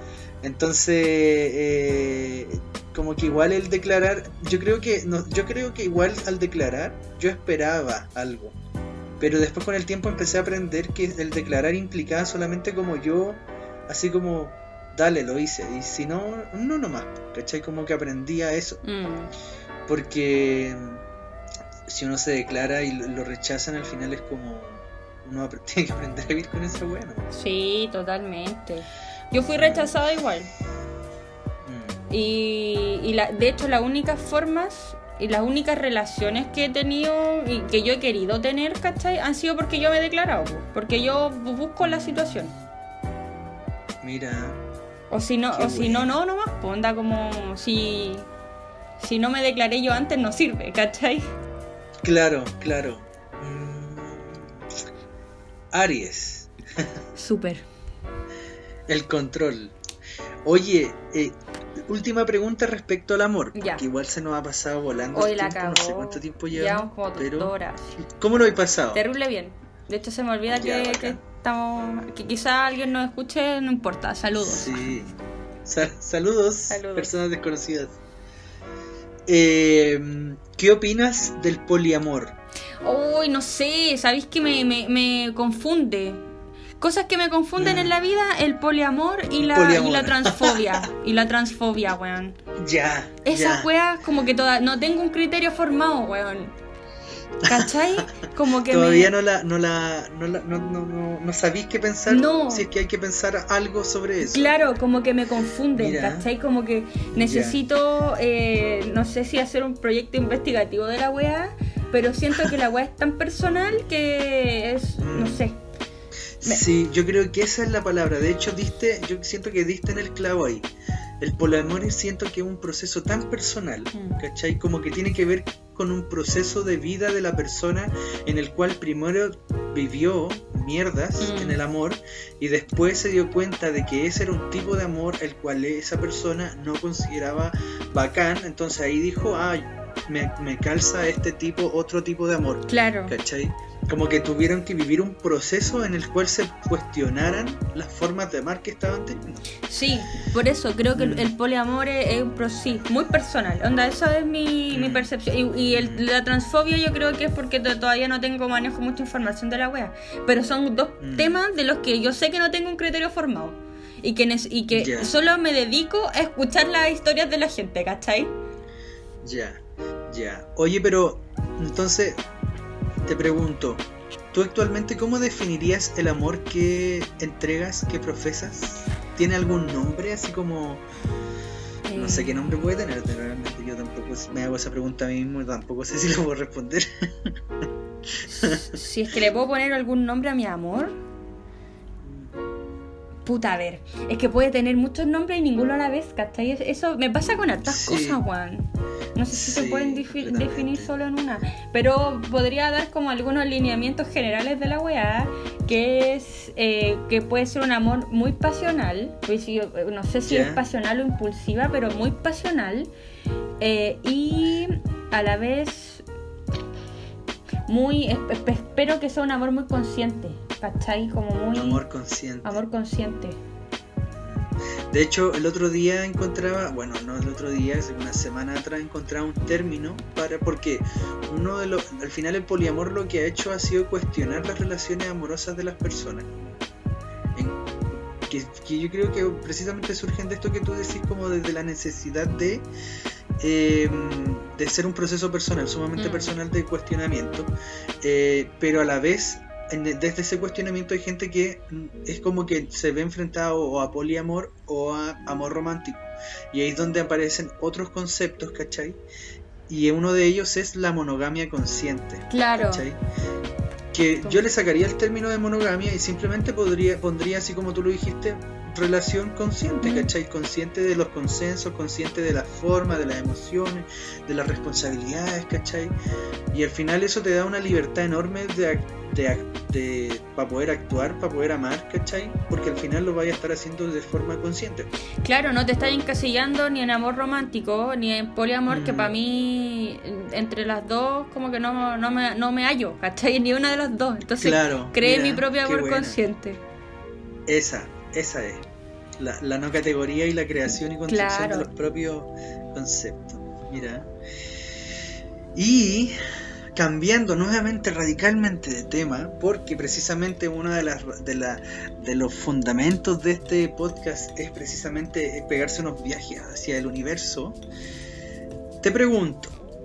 Entonces, como que igual el declarar, yo creo que igual al declarar yo esperaba algo, pero después con el tiempo empecé a aprender que el declarar implicaba solamente como yo, así como, dale, lo hice, y si no, no nomás, ¿cachai? Como que aprendía eso, porque si uno se declara y lo rechazan, al final es como, uno tiene que aprender a vivir con eso, bueno. Sí, totalmente. Yo fui rechazada igual. Y de hecho las únicas formas y las únicas relaciones que he tenido y que yo he querido tener, ¿cachai? Han sido porque yo me he declarado, porque yo busco la situación. Mira. O si no, no nomás, pues onda como si no me declaré yo antes no sirve, ¿cachai? Claro. Aries. Súper. El control. Oye, última pregunta respecto al amor. Ya. Que igual se nos ha pasado volando. Hoy el la tiempo, cagó. no sé cuánto tiempo llevamos. Llevamos como 2 horas. ¿Cómo lo he pasado? Terrible bien. De hecho se me olvida Ya, que estamos... Que quizá alguien nos escuche, no importa. Saludos. Sí. Saludos, personas desconocidas. ¿Qué opinas del poliamor? Uy, no sé, ¿sabéis que me confunde? Cosas que me confunden en la vida, el poliamor y la transfobia. Y la transfobia, weón. Ya. Esas weas como que no tengo un criterio formado, weón. ¿Cachai? Como que todavía no sabéis qué pensar. No. Si es que hay que pensar algo sobre eso. Claro, como que me confunden, Mira. ¿cachai? Como que necesito, no sé si hacer un proyecto investigativo de la wea, pero siento que la wea es tan personal que es, no sé. Sí, yo creo que esa es la palabra. De hecho, yo siento que diste en el clavo ahí. El poliamor siento que es un proceso tan personal, ¿cachai? Como que tiene que ver con un proceso de vida de la persona en el cual primero vivió mierdas en el amor y después se dio cuenta de que ese era un tipo de amor el cual esa persona no consideraba bacán. Entonces ahí dijo, me calza otro tipo de amor. Claro. ¿Cachai? Como que tuvieron que vivir un proceso en el cual se cuestionaran las formas de amar que estaban teniendo. Sí, por eso creo que el poliamor es un proceso muy personal. Onda, esa es mi percepción. Y la transfobia yo creo que es porque todavía no manejo mucha información de la wea. Pero son dos temas de los que yo sé que no tengo un criterio formado. Y que solo me dedico a escuchar las historias de la gente, ¿cachai? Ya. Oye, pero entonces te pregunto, ¿tú actualmente cómo definirías el amor que entregas, que profesas? ¿Tiene algún nombre? Así como... No sé qué nombre puede tener, realmente yo tampoco me hago esa pregunta a mí mismo, tampoco sé si lo puedo responder. Si es que le puedo poner algún nombre a mi amor... Puta, a ver, es que puede tener muchos nombres y ninguno a la vez, ¿cachai? Eso me pasa con hartas cosas, Juan. No sé si se pueden definir solo en una, pero podría dar como algunos lineamientos generales de la weá, que es que puede ser un amor muy pasional, pues no sé si es pasional o impulsiva, pero muy pasional, y a la vez espero que sea un amor muy consciente, ¿cachai? Como muy... Amor consciente. Amor consciente. De hecho, el otro día hace una semana atrás encontraba un término porque al final el poliamor lo que ha hecho ha sido cuestionar las relaciones amorosas de las personas. Que yo creo que precisamente surgen de esto que tú decís, como desde la necesidad de ser un proceso personal, sumamente personal de cuestionamiento, pero a la vez desde ese cuestionamiento hay gente que es como que se ve enfrentada o a poliamor o a amor romántico, y ahí es donde aparecen otros conceptos, ¿cachai? Y uno de ellos es la monogamia consciente. Claro. ¿Cachai? que yo le sacaría el término de monogamia y simplemente pondría, así como tú lo dijiste, relación consciente, ¿cachai? Consciente de los consensos, consciente de la forma, de las emociones, de las responsabilidades, ¿cachai? Y al final eso te da una libertad enorme para poder actuar, para poder amar, ¿cachai? Porque al final lo vayas a estar haciendo de forma consciente. Claro, no te estás encasillando ni en amor romántico, ni en poliamor, que para mí, entre las dos, como que no me hallo, ¿cachai? Ni una de las dos. Entonces, claro, creé mi propio amor consciente. Esa es la no categoría y la creación y construcción de los propios conceptos. Mira. Y cambiando nuevamente radicalmente de tema, porque precisamente uno de los fundamentos de este podcast es precisamente pegarse unos viajes hacia el universo. Te pregunto,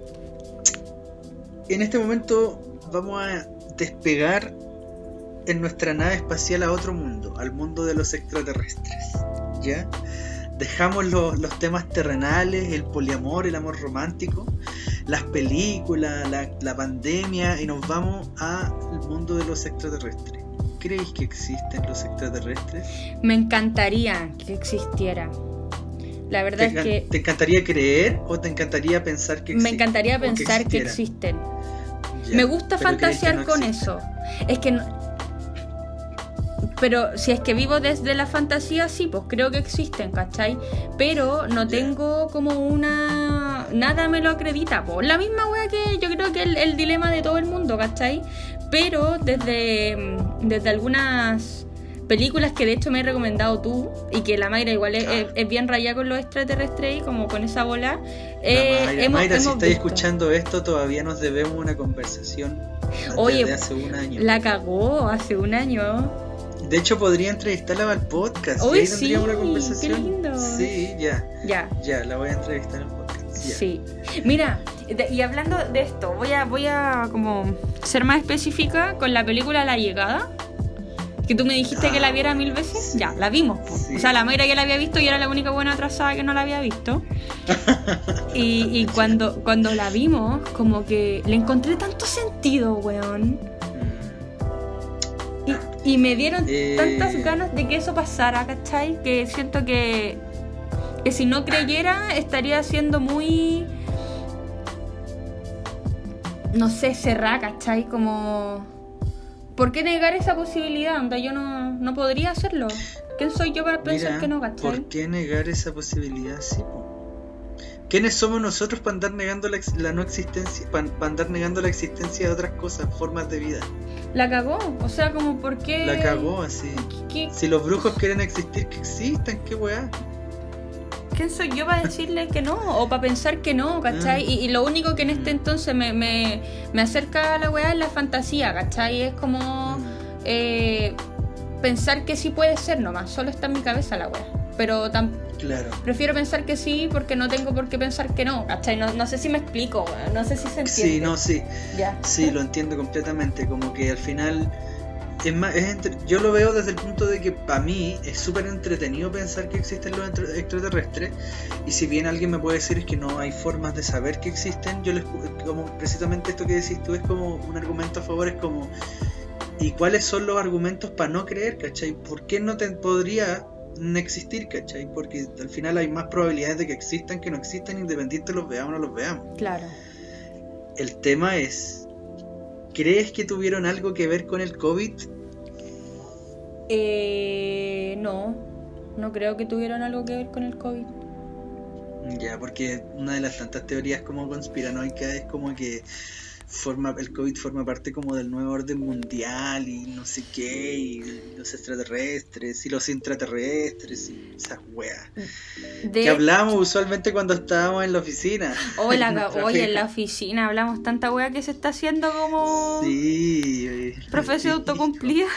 en este momento vamos a despegar en nuestra nave espacial a otro mundo, al mundo de los extraterrestres, ¿ya? Dejamos los temas terrenales, el poliamor, el amor romántico, las películas, la pandemia, y nos vamos al mundo de los extraterrestres. ¿Creéis que existen los extraterrestres? Me encantaría que existiera. La verdad es que... ¿Te encantaría creer o te encantaría pensar que existen? Me encantaría pensar que existen. Ya, me gusta fantasear con eso. Es que... Pero si es que vivo desde la fantasía, sí, pues creo que existen, ¿cachai? Pero no tengo como una... Nada me lo acredita, pues. La misma wea que yo creo que el dilema de todo el mundo, ¿cachai? Pero desde algunas películas que de hecho me he recomendado tú, y que la Mayra igual es bien rayada con los extraterrestres y como con esa bola. Mayra, si estáis escuchando esto, todavía nos debemos una conversación. Oye, de hace un año. La cagó hace un año. De hecho, podría entrevistarla para el podcast. Uy, y ahí tendríamos una conversación. Qué lindo. Sí, ya, la voy a entrevistar en el podcast. Ya. Sí. Mira, y hablando de esto, voy a como ser más específica con la película La Llegada. Que tú me dijiste que la viera 1000 veces. Sí. Ya, la vimos. Sí. O sea, la Mayra ya la había visto y era la única buena atrasada que no la había visto. y cuando la vimos, como que le encontré tanto sentido, weón. Y me dieron tantas ganas de que eso pasara, ¿cachai? Que siento que si no creyera estaría siendo muy... No sé, cerrada, ¿cachai? Como... ¿Por qué negar esa posibilidad? Onda, yo no podría hacerlo. ¿Quién soy yo para pensar que no, cachai? ¿Por qué negar esa posibilidad? Sí, po. ¿Quiénes somos nosotros para andar negando la no existencia, para andar negando la existencia de otras cosas, formas de vida? La cagó, o sea, como ¿por qué? La cagó así. ¿Qué? Si los brujos quieren existir, que existan, qué weá. ¿Quién soy yo para decirle que no? O para pensar que no, ¿cachai? Y lo único que en este entonces me acerca a la weá es la fantasía, ¿cachai? Es como pensar que sí puede ser nomás, solo está en mi cabeza la weá. Pero claro. Prefiero pensar que sí porque no tengo por qué pensar que no, ¿cachai? No sé si me explico, no sé si se entiende. Sí, ya. Sí, lo entiendo completamente, como que al final yo lo veo desde el punto de que para mí es súper entretenido pensar que existen los extraterrestres, y si bien alguien me puede decir es que no hay formas de saber que existen, como precisamente esto que decís tú es como un argumento a favor, es como ¿y cuáles son los argumentos para no creer, cachai? ¿Por qué no te podría no existir, cachai? Porque al final hay más probabilidades de que existan que no existan, independiente los veamos o no los veamos. Claro. El tema es, ¿crees que tuvieron algo que ver con el COVID? No creo que tuvieron algo que ver con el COVID. Ya, porque una de las tantas teorías como conspiranoicas es como que el COVID forma parte como del nuevo orden mundial y no sé qué, y los extraterrestres y los intraterrestres y esas weas que hablamos usualmente cuando estábamos en la oficina. Oye, en la oficina hablamos tanta wea que se está haciendo como profecía autocumplida.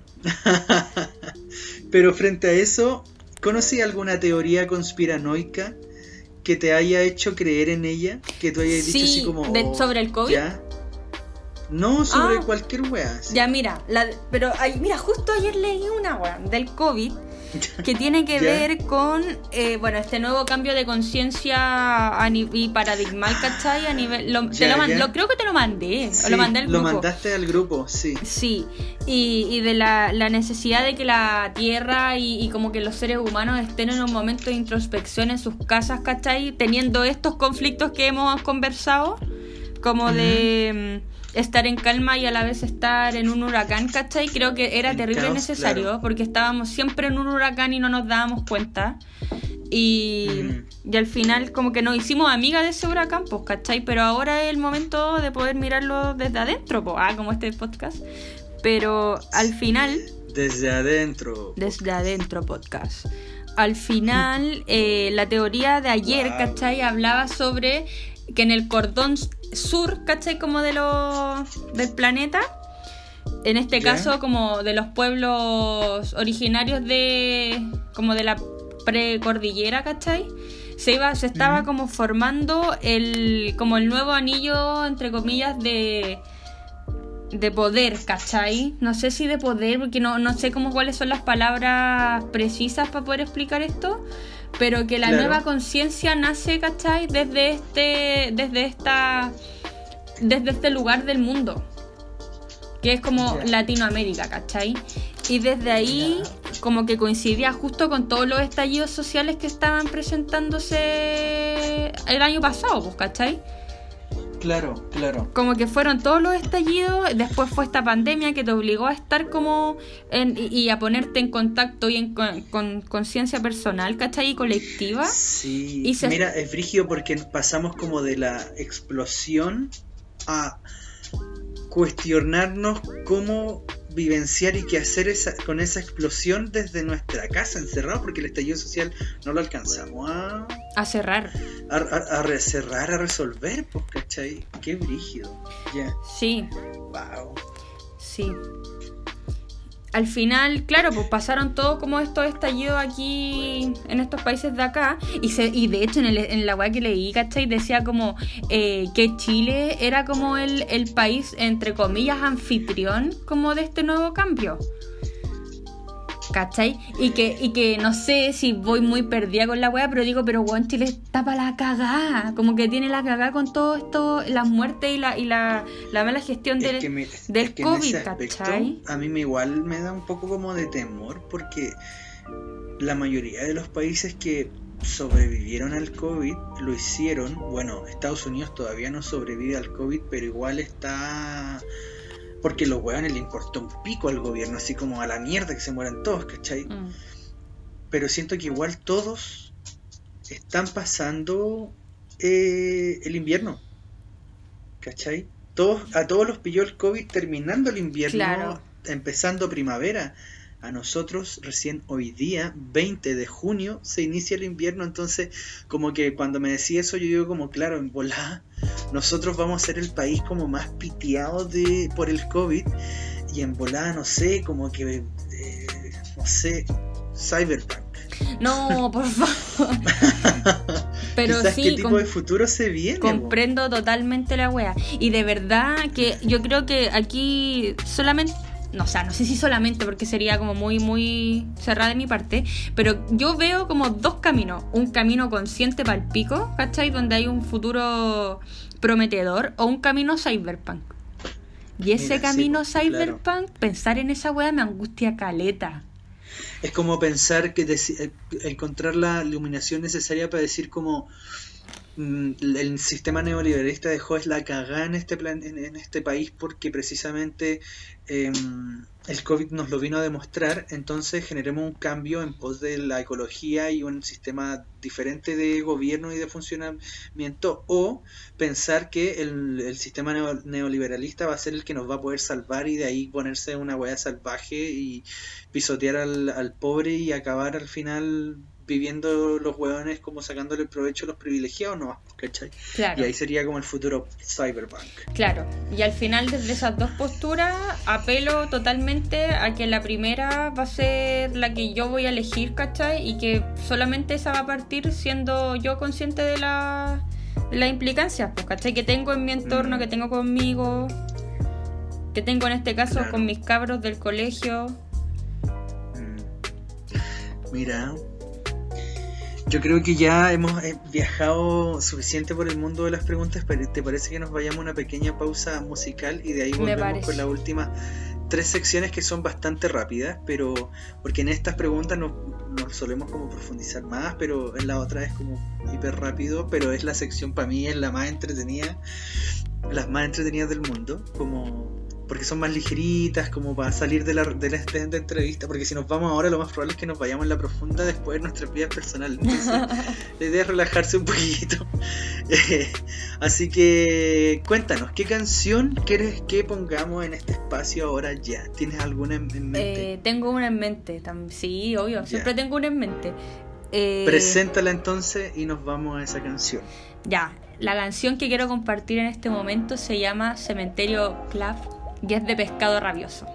Pero frente a eso, ¿conocí alguna teoría conspiranoica que te haya hecho creer en ella? Que tú hayas dicho así como... ¿Sobre el COVID? ¿Ya? No, sobre cualquier wea. ¿Sí? Ya, mira, mira, justo ayer leí una wea del COVID que tiene que ver con este nuevo cambio de conciencia y paradigmal, ¿cachai? A nivel, creo que te lo mandé, sí, lo mandé al grupo. Lo mandaste al grupo, sí. Sí, y de la necesidad de que la Tierra y como que los seres humanos estén en un momento de introspección en sus casas, ¿cachai? Teniendo estos conflictos que hemos conversado, como de estar en calma y a la vez estar en un huracán, ¿cachai? Creo que era terrible necesario, claro. Porque estábamos siempre en un huracán y no nos dábamos cuenta. Y al final como que nos hicimos amigas de ese huracán, pues, ¿cachai? Pero ahora es el momento de poder mirarlo desde adentro, pues, como este podcast. Pero al final... Desde adentro podcast. Al final, la teoría de ayer, ¿cachai? Hablaba sobre que en el cordón sur, ¿cachai? Como del planeta, en este caso como de los pueblos originarios como de la precordillera, ¿cachai? Se estaba como formando el nuevo anillo, entre comillas, de poder, ¿cachai? No sé si de poder, porque no sé cuáles son las palabras precisas para poder explicar esto, pero que la nueva conciencia nace, ¿cachai? Desde este lugar del mundo, que es como Latinoamérica, ¿cachai? Y desde ahí como que coincidía justo con todos los estallidos sociales que estaban presentándose el año pasado, pues, ¿cachai? Claro. Como que fueron todos los estallidos, después fue esta pandemia que te obligó a estar como y a ponerte en contacto y con conciencia personal, ¿cachai? Y colectiva. Sí, mira, es brígido porque pasamos como de la explosión a cuestionarnos cómo vivenciar y qué hacer con esa explosión desde nuestra casa, encerrados, porque el estallido social no lo alcanzamos a cerrar. A cerrar, a resolver, pues, ¿cachai? Qué brígido. Sí. Wow. Sí. Al final, claro, pues pasaron todos como estos estallidos aquí en estos países de acá y de hecho en la web que leí, ¿cachai? Decía como que Chile era como el país, entre comillas, anfitrión como de este nuevo cambio, ¿cachai? Y que no sé si voy muy perdida con la wea, pero bueno, Chile está para la cagada, como que tiene la cagada con todo esto, las muertes y la mala gestión del COVID, ¿cachai? A mí igual me da un poco como de temor, porque la mayoría de los países que sobrevivieron al COVID lo hicieron, bueno, Estados Unidos todavía no sobrevive al COVID, pero igual está... Porque los hueones le importó un pico al gobierno, así como a la mierda que se mueran todos, ¿cachai? Pero siento que igual todos están pasando el invierno, ¿cachai? A todos los pilló el COVID terminando el invierno, empezando primavera. A nosotros recién hoy día, 20 de junio, se inicia el invierno. Entonces como que cuando me decía eso, yo digo como, claro, en volada nosotros vamos a ser el país como más piteado por el COVID. Y en volada, no sé, como que no sé, Cyberpunk. No, por favor. Pero sí, ¿qué tipo de futuro se viene? Comprendo totalmente la wea. Y de verdad que yo creo que aquí solamente... No sé si solamente, porque sería como muy, muy cerrada de mi parte, pero yo veo como dos caminos. Un camino consciente para el pico, ¿cachai? Donde hay un futuro prometedor, o un camino cyberpunk. Y ese camino cyberpunk, pensar en esa wea me angustia caleta. Es como pensar que encontrar la iluminación necesaria para decir como... el sistema neoliberalista dejó la cagada en este país porque precisamente el COVID nos lo vino a demostrar. Entonces generemos un cambio en pos de la ecología y un sistema diferente de gobierno y de funcionamiento, o pensar que el sistema neoliberalista va a ser el que nos va a poder salvar y de ahí ponerse una hueá salvaje y pisotear al pobre y acabar al final viviendo los hueones como sacándole el provecho a los privilegiados, ¿no? ¿Cachai? Claro. Y ahí sería como el futuro cyberpunk. Claro, y al final desde esas dos posturas apelo totalmente a que la primera va a ser la que yo voy a elegir, ¿cachai? Y que solamente esa va a partir siendo yo consciente de las implicancias, pues, ¿cachai? Que tengo en mi entorno, que tengo conmigo, que tengo en este caso con mis cabros del colegio. Mira, yo creo que ya hemos viajado suficiente por el mundo de las preguntas, pero ¿te parece que nos vayamos a una pequeña pausa musical y de ahí volvemos con las últimas 3 secciones que son bastante rápidas, pero porque en estas preguntas nos solemos como profundizar más, pero en la otra es como hiper rápido, pero es la sección, para mí es la más entretenida, las más entretenidas del mundo, como porque son más ligeritas, como para salir de la entrevista, porque si nos vamos ahora lo más probable es que nos vayamos en la profunda después de nuestras vidas personales. Entonces, la idea es relajarse un poquito. Así que cuéntanos, ¿qué canción quieres que pongamos en este espacio ahora ya? ¿Tienes alguna en mente? Tengo una en mente, sí, obvio, ya. Siempre tengo una en mente. Preséntala entonces y nos vamos a esa canción. Ya, la canción que quiero compartir en este momento se llama Cementerio Club y es de Pescado Rabioso.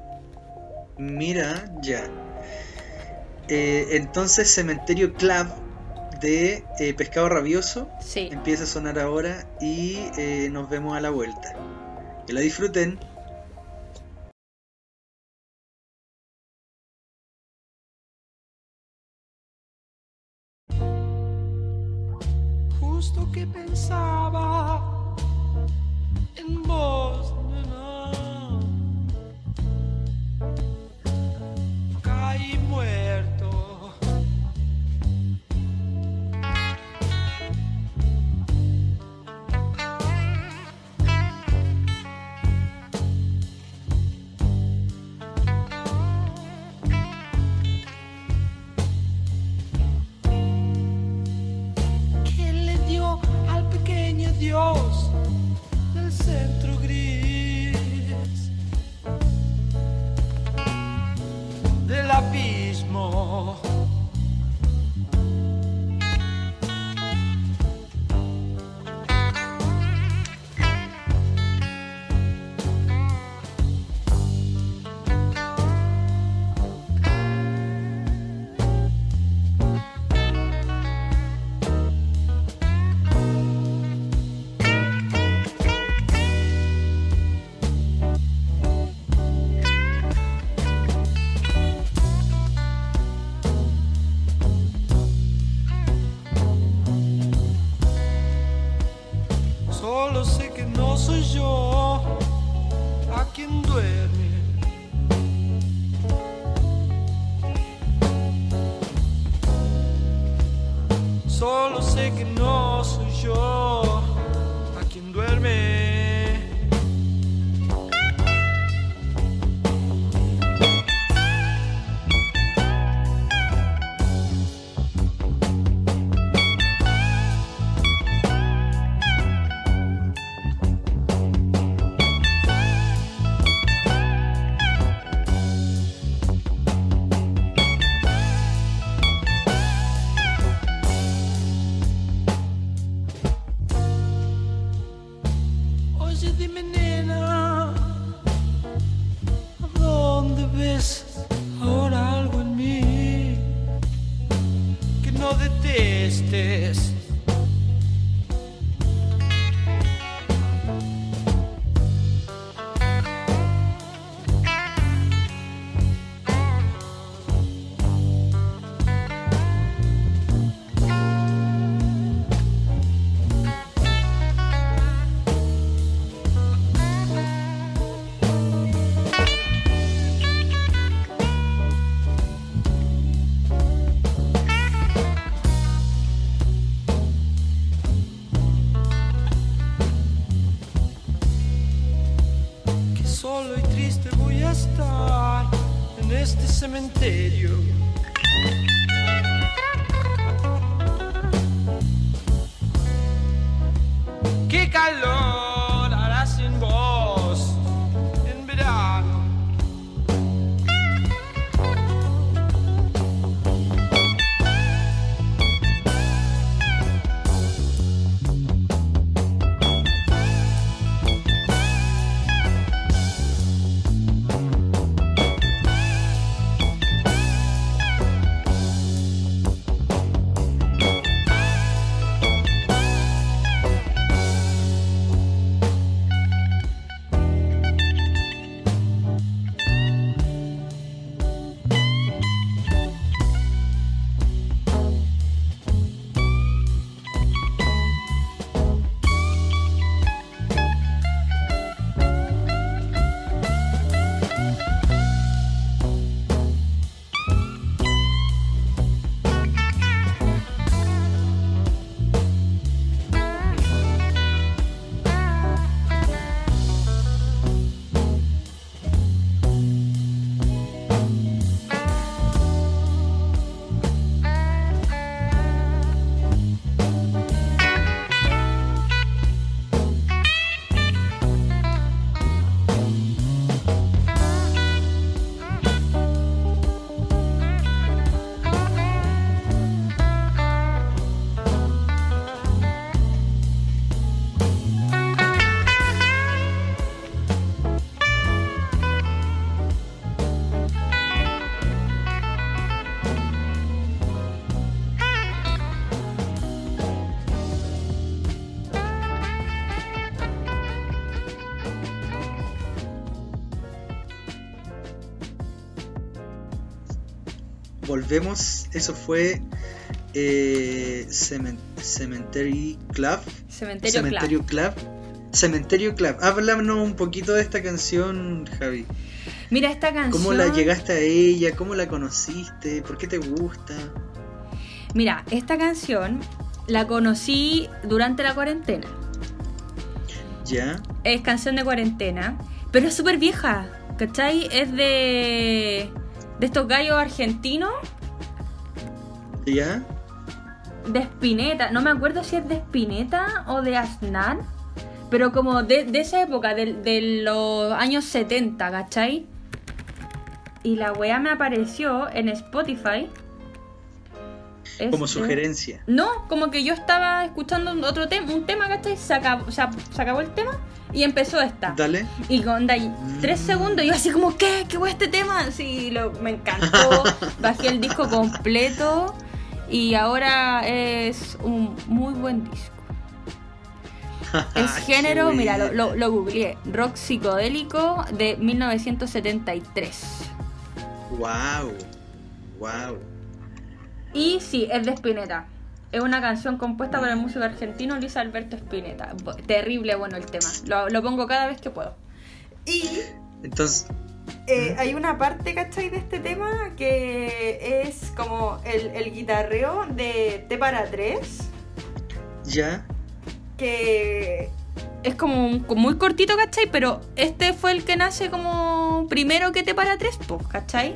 Mira, ya. Entonces Cementerio Club de Pescado Rabioso empieza a sonar ahora y nos vemos a la vuelta. Que la disfruten. Justo que pensaba en vos, nena, caí muerto. Dios del centro gris del abismo. Solo sé que no soy yo a quien duerme. Solo sé que no soy yo a quien duerme. Dime, nena, ¿a dónde ves ahora algo en mí que no detestes? Solo y triste voy a estar en este cementerio. ¡Qué calor hará sin vos en verano! volvemos. Eso fue Cemetery Club. Cemetery Club. Háblanos un poquito de esta canción, Javi. Mira, esta canción... ¿Cómo la llegaste a ella? ¿Cómo la conociste? ¿Por qué te gusta? Mira, esta canción la conocí durante la cuarentena. ¿Ya? Es canción de cuarentena, pero es súper vieja, ¿cachai? Es de estos gallos argentinos. ¿Ya? De Spinetta, no me acuerdo si es de Spinetta o de Aznar, pero como de esa época, de los años 70, ¿cachai? Y la weá me apareció en Spotify. Como sugerencia. No, como que yo estaba escuchando un tema, ¿cachai? Se acabó el tema y empezó esta. Dale. Y con 3 segundos yo así como, ¿qué fue este tema? Sí, me encantó. Bajé el disco completo y ahora es un muy buen disco. Es género, mira, lo googleé, rock psicodélico de 1973. Wow. Y sí, es de Spinetta. Es una canción compuesta por el músico argentino Luis Alberto Spinetta. Terrible bueno el tema. Lo pongo cada vez que puedo. Y entonces hay una parte, ¿cachai? De este tema que es como el guitarreo de T para 3. Ya. Que es como muy cortito, ¿cachai? Pero este fue el que nace como primero que T para 3, pues, ¿cachai?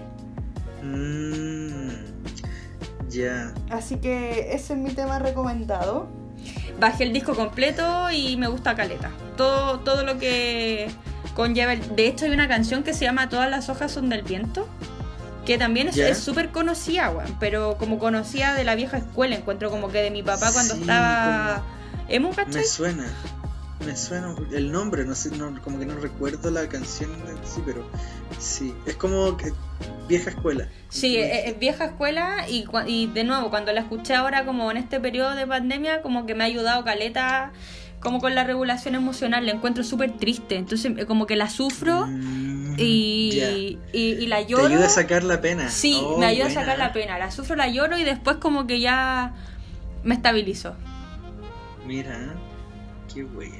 Ya. Así que ese es mi tema recomendado. Bajé el disco completo y me gusta caleta. Todo lo que conlleva. De hecho hay una canción que se llama Todas las hojas son del viento, que también es súper conocida, weón, pero como conocida de la vieja escuela. Encuentro como que de mi papá cuando estaba emo, ¿cachai? Me suena el nombre, no sé, como que no recuerdo la canción en sí, pero sí, es como que vieja escuela. Sí, es vieja escuela y de nuevo, cuando la escuché ahora como en este periodo de pandemia, como que me ha ayudado caleta, como con la regulación emocional, la encuentro súper triste, entonces como que la sufro y la lloro. ¿Te ayuda a sacar la pena? Sí, me ayuda a sacar la pena, la sufro, la lloro y después como que ya me estabilizo. Mira, qué buena.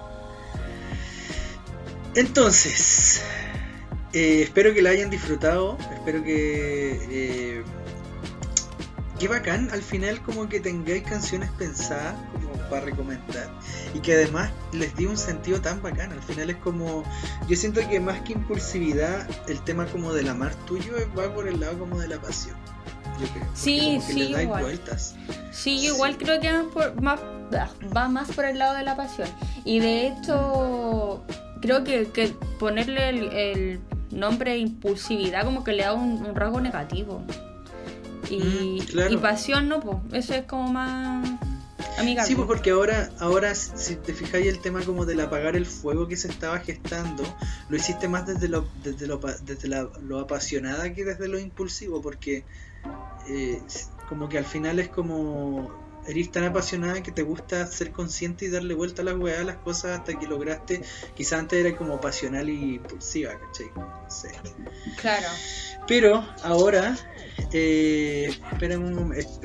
Entonces, espero que la hayan disfrutado. Espero que qué bacán al final como que tengáis canciones pensadas como para recomendar y que además les di un sentido tan bacán. Al final es como, yo siento que más que impulsividad, el tema como del amar tuyo va por el lado como de la pasión. Yo creo, sí, que le dais igual. Vueltas. Sí, yo igual creo que va más por el lado de la pasión. Y de hecho creo que ponerle el nombre impulsividad como que le da un rasgo negativo. Y, claro. Y pasión no, pues eso es como más amigable. Sí, pues porque ahora si te fijáis el tema como del apagar el fuego que se estaba gestando, lo hiciste más desde lo apasionada que desde lo impulsivo, porque como que al final es como eres tan apasionada que te gusta ser consciente y darle vuelta a las weas, a las cosas hasta que lograste. Quizás antes era como pasional y impulsiva, ¿cachai? No sé. Claro. Pero ahora, espérame un momento.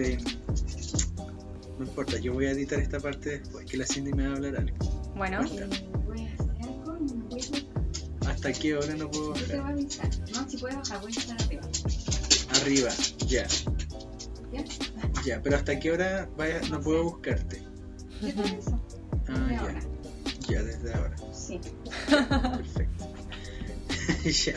No importa, yo voy a editar esta parte después, que la Cindy me va a hablar algo. Bueno. ¿Hasta qué hora no puedo bajar? Te voy a avisar. No, si puedes bajar, voy a estar arriba. Arriba, ya. ¿Ya? Ya, pero ¿hasta qué hora no puedo buscarte? ¿Qué tal eso? Ah, Ahora. Ya, desde ahora. Sí. Perfecto. Ya.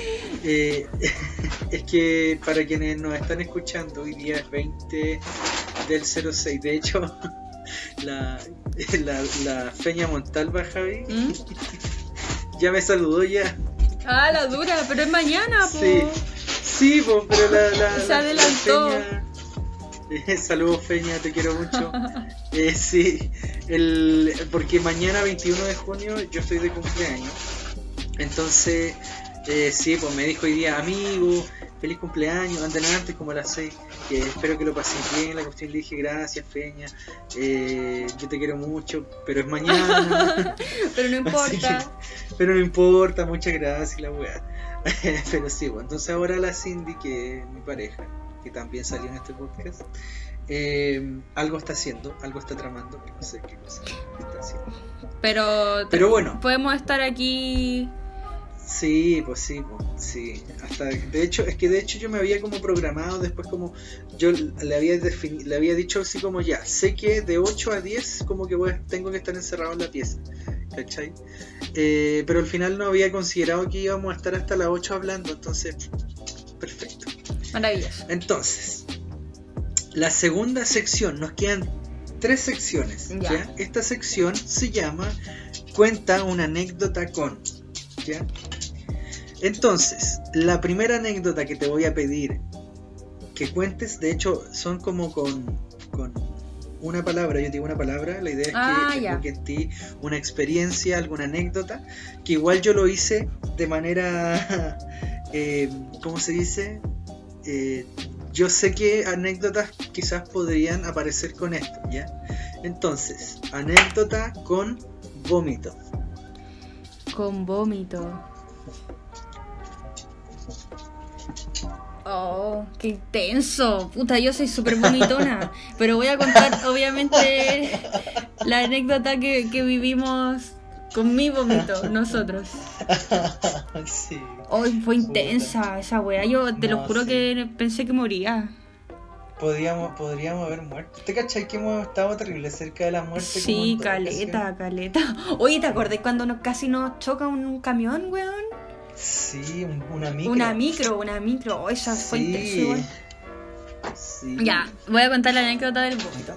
Es que para quienes nos están escuchando, hoy día es 20 del 06. De hecho, la Feña Montalva, Javi, ya me saludó ya. Ah, la dura, pero es mañana, po. Sí, po, pero se adelantó. La Feña, saludos Feña, te quiero mucho. Sí, porque mañana 21 de junio yo estoy de cumpleaños. Entonces, sí, pues me dijo hoy día, amigo, feliz cumpleaños, anden antes como a las 6. que espero que lo pases bien. La cuestión le dije, gracias Feña, yo te quiero mucho, pero es mañana. Pero no importa. Pero no importa, muchas gracias la weá. Pero sí, bueno, entonces ahora la Cindy, que es mi pareja, que también salió en este podcast, algo está haciendo, algo está tramando, que no sé qué cosa está haciendo. Pero bueno, podemos estar aquí. Sí, pues sí, hasta de hecho yo me había como programado después, como yo le había dicho así como, ya sé que de 8 a 10 como que tengo que estar encerrado en la pieza, ¿cachai? Pero al final no había considerado que íbamos a estar hasta las 8 hablando, entonces perfecto, Maravilloso. Entonces la segunda sección, nos quedan 3 secciones, ¿ya? Esta sección se llama Cuenta una anécdota con, ¿ya? Entonces, la primera anécdota que te voy a pedir que cuentes, de hecho, son como con una palabra. Yo te digo una palabra, la idea es que evoque en ti una experiencia, alguna anécdota, que igual yo lo hice de manera, ¿cómo se dice? Yo sé que anécdotas quizás podrían aparecer con esto, ¿ya? Entonces, anécdota con vómito. Con vómito. Oh, qué intenso. Puta, yo soy súper vomitona. Pero voy a contar, obviamente, la anécdota que vivimos con mi vómito, nosotros. Sí. Hoy fue intensa esa wea. Yo te lo juro que pensé que moría. Podríamos haber muerto. ¿Te cachai que hemos estado terrible cerca de la muerte? Sí, caleta. Oye, ¿te acordás cuando casi nos choca un camión, weón? Sí, una micro. Una micro. Oh, esa fue intensa igual. Sí. Ya, voy a contar la anécdota del vómito.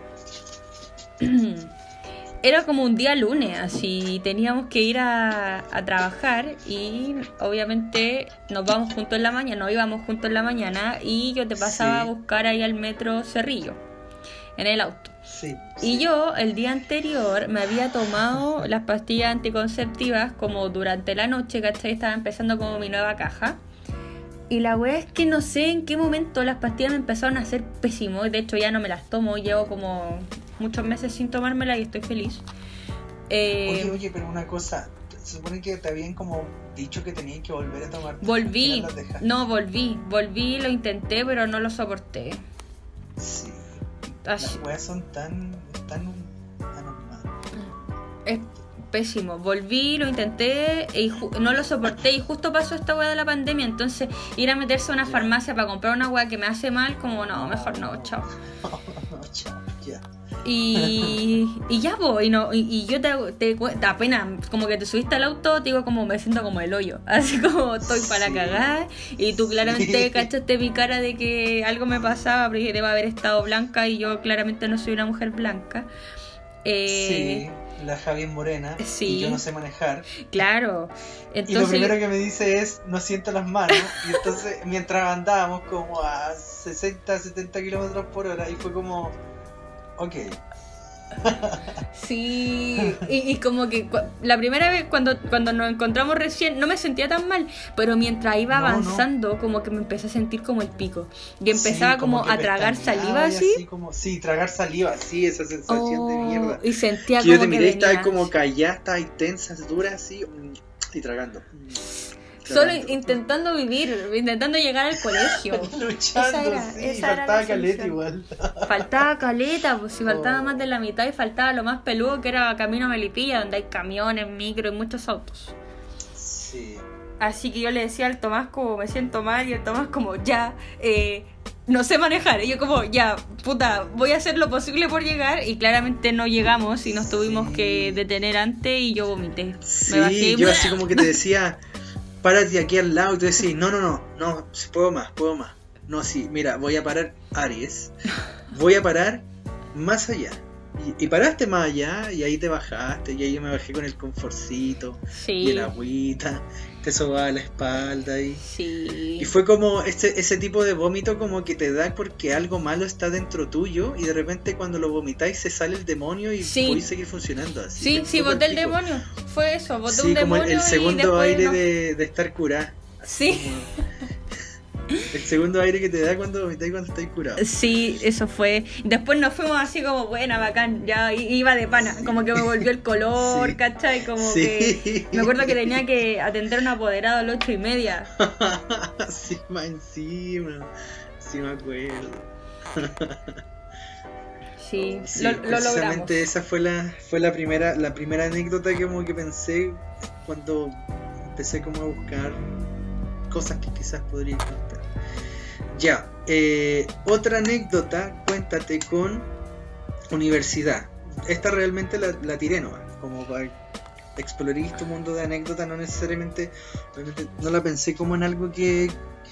Era como un día lunes, así teníamos que ir a trabajar y obviamente nos íbamos juntos en la mañana y yo te pasaba a buscar ahí al metro Cerrillo, en el auto. Sí. Y yo el día anterior me había tomado las pastillas anticonceptivas como durante la noche, ¿cachai? Estaba empezando como mi nueva caja. Y la wea es que no sé en qué momento las pastillas me empezaron a hacer pésimo. De hecho ya no me las tomo, llevo como muchos meses sin tomármela y estoy feliz. Oye, pero una cosa, se supone que te habían como dicho que tenías que volver a tomar. Volví, lo intenté pero no lo soporté. Sí, las weas son tan anormales. Es pésimo, volví, lo intenté y no lo soporté y justo pasó esta wea de la pandemia, entonces ir a meterse a una farmacia para comprar una wea que me hace mal, como no, mejor no, chao. Ya. Y ya voy, y yo te apenas como que te subiste al auto, te digo como me siento como el hoyo, así como estoy para cagar, y tú claramente cachaste mi cara de que algo me pasaba porque debo haber estado blanca y yo claramente no soy una mujer blanca. Sí, la Javier morena, sí. Y yo no sé manejar. Claro. Entonces, y lo primero que me dice es, no siento las manos. Y entonces, mientras andábamos como a 60, 70 kilómetros por hora, y fue como, ok. Sí, y como que la primera vez cuando nos encontramos recién no me sentía tan mal, pero mientras iba avanzando como que me empecé a sentir como el pico y empezaba sí, como a tragar saliva así como, sí, tragar saliva, sí, esa sensación de mierda. Y sentía que como yo te que estaba como callada, estaba intensa, dura así y tragando. Solo intentando vivir, intentando llegar al colegio. Luchando, faltaba caleta igual. Faltaba caleta, pues si faltaba más de la mitad y faltaba lo más peludo que era Camino a Melipilla, donde hay camiones, micro y muchos autos. Sí. Así que yo le decía al Tomás como me siento mal y el Tomás como ya, no sé manejar. Y yo como ya, puta, voy a hacer lo posible por llegar y claramente no llegamos y nos tuvimos que detener antes y yo vomité. Sí, me bajé yo así como que te decía... Párate aquí al lado y tú decís, no, puedo más. No, sí, mira, voy a parar, Aries. Voy a parar más allá. Y paraste más allá y ahí te bajaste. Y ahí yo me bajé con el confortcito y el agüita. Te sobaba la espalda y fue como ese tipo de vómito como que te da porque algo malo está dentro tuyo y de repente cuando lo vomitáis se sale el demonio y podéis seguir funcionando así. Sí, boté el demonio, fue eso, boté un demonio. Sí, como el segundo y aire de estar curada. Sí. El segundo aire que te da cuando vomitáis cuando estáis curado. Sí, eso fue. Después nos fuimos así como, buena, bacán, ya iba de pana. Sí. Como que me volvió el color, Sí. ¿cachai? Como Sí. que me acuerdo que tenía que atender a un apoderado a las 8:30. Sí, más encima. Sí, me acuerdo. Sí, Sí, lo logramos. precisamente esa fue la primera anécdota que como que pensé cuando empecé como a buscar cosas que quizás podría contar. Ya, otra anécdota, cuéntate con universidad. Esta realmente la tiré nomás, como para explorar tu mundo de anécdotas, no necesariamente, realmente no la pensé como en algo que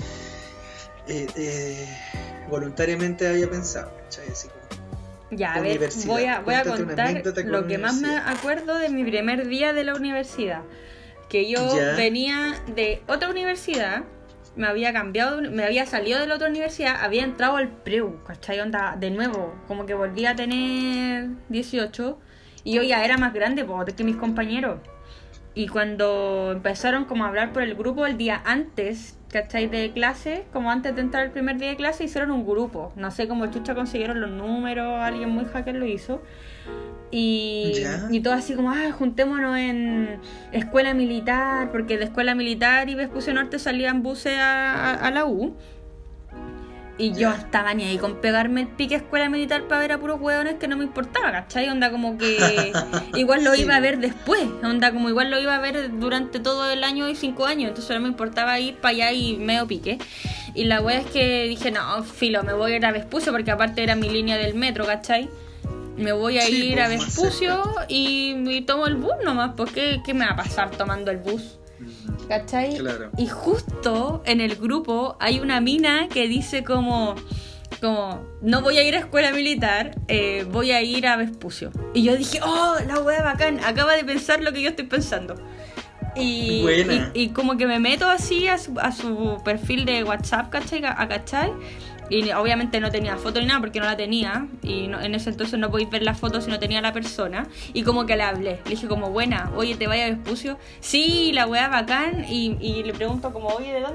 voluntariamente había pensado, ¿cachai? Así como, Ya, a ver, universidad. voy a Cuéntate una contar anécdota con lo que más me universidad. acuerdo de mi primer día de la universidad. Que yo Ya. venía de otra universidad, me había cambiado, me había salido de la otra universidad, había entrado al preu, ¿cachai? Onda, de nuevo, como que volví a tener 18 y yo ya era más grande que mis compañeros. Y cuando empezaron como a hablar por el grupo el día antes, ¿cachai? De clase, como antes de entrar el primer día de clase, hicieron un grupo. No sé cómo chucha consiguieron los números, alguien muy hacker lo hizo. Ya. Y todo así como, juntémonos en escuela militar, porque de escuela militar y Vespucio Norte salían buses a la U. Y yo Ya. estaba ni ahí con pegarme el pique escuela militar para ver a puros hueones que no me importaba, ¿cachai? Onda como que igual lo Sí. iba a ver después, onda como igual lo iba a ver durante todo el año y 5 años, entonces no me importaba ir para allá y medio pique. Y la wea es que dije, no, filo, me voy a ir a Vespucio porque aparte era mi línea del metro, ¿cachai? Me voy a Sí, ir a pues, más Vespucio cerca. y tomo el bus nomás, porque ¿qué me va a pasar tomando el bus? ¿Cachai? Claro. Y justo en el grupo hay una mina que dice como no voy a ir a escuela militar, voy a ir a Vespucio. Y yo dije, oh, la wea bacán, acaba de pensar lo que yo estoy pensando. Buena. Y como que me meto así a su perfil de WhatsApp, ¿cachai? A cachai. Y obviamente no tenía foto ni nada porque no la tenía. Y en ese entonces no podéis ver la foto si no tenía la persona. Y como que le hablé. Le dije como, buena, oye, ¿te vaya a Vespucio? Sí, la weá bacán. Y le pregunto como, oye, ¿de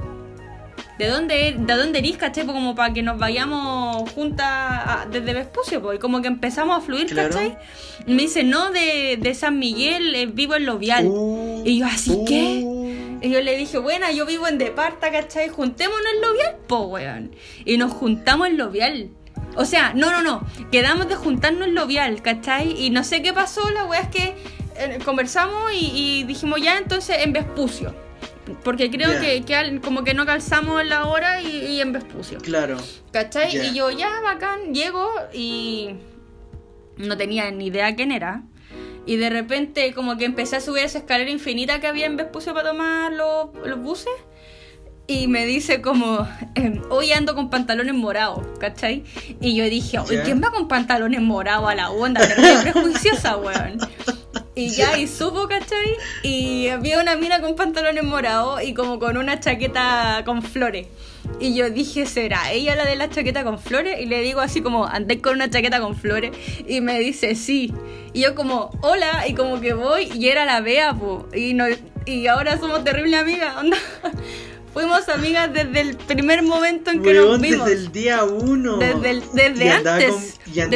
dónde eres, cachai? Pues como para que nos vayamos juntas desde Vespucio, pues. Y como que empezamos a fluir, Claro. ¿cachai? Y me dice, no, de San Miguel, vivo en Lovial. Y yo, ¿así qué? Y yo le dije, bueno, yo vivo en Departa, ¿cachai? Juntémonos en Lovial, po, weón. Y nos juntamos en Lovial. O sea, no. Quedamos de juntarnos en Lovial, ¿cachai? Y no sé qué pasó, la weá es que conversamos y dijimos ya, entonces en Vespucio. Porque creo Ya. que como que no calzamos en la hora y en Vespucio. Claro. ¿Cachai? Ya. Y yo, ya, bacán, llego y no tenía ni idea quién era. Y de repente como que empecé a subir esa escalera infinita que había en Vespucio para tomar los buses. Y me dice como, hoy ando con pantalones morados, ¿cachai? Y yo dije, oye, Ya. ¿quién va con pantalones morados a la onda? Terrible prejuiciosa, weón. Y ya, y supo, ¿cachai? Y había una mina con pantalones morados y como con una chaqueta con flores. Y yo dije, ¿será ella la de la chaqueta con flores? Y le digo así como, andé con una chaqueta con flores. Y me dice, sí. Y yo como, hola, y como que voy, y era la Bea, po. Y ahora somos terribles amigas, onda. Fuimos amigas desde el primer momento en que Weón, nos vimos. desde el día 1. Desde antes.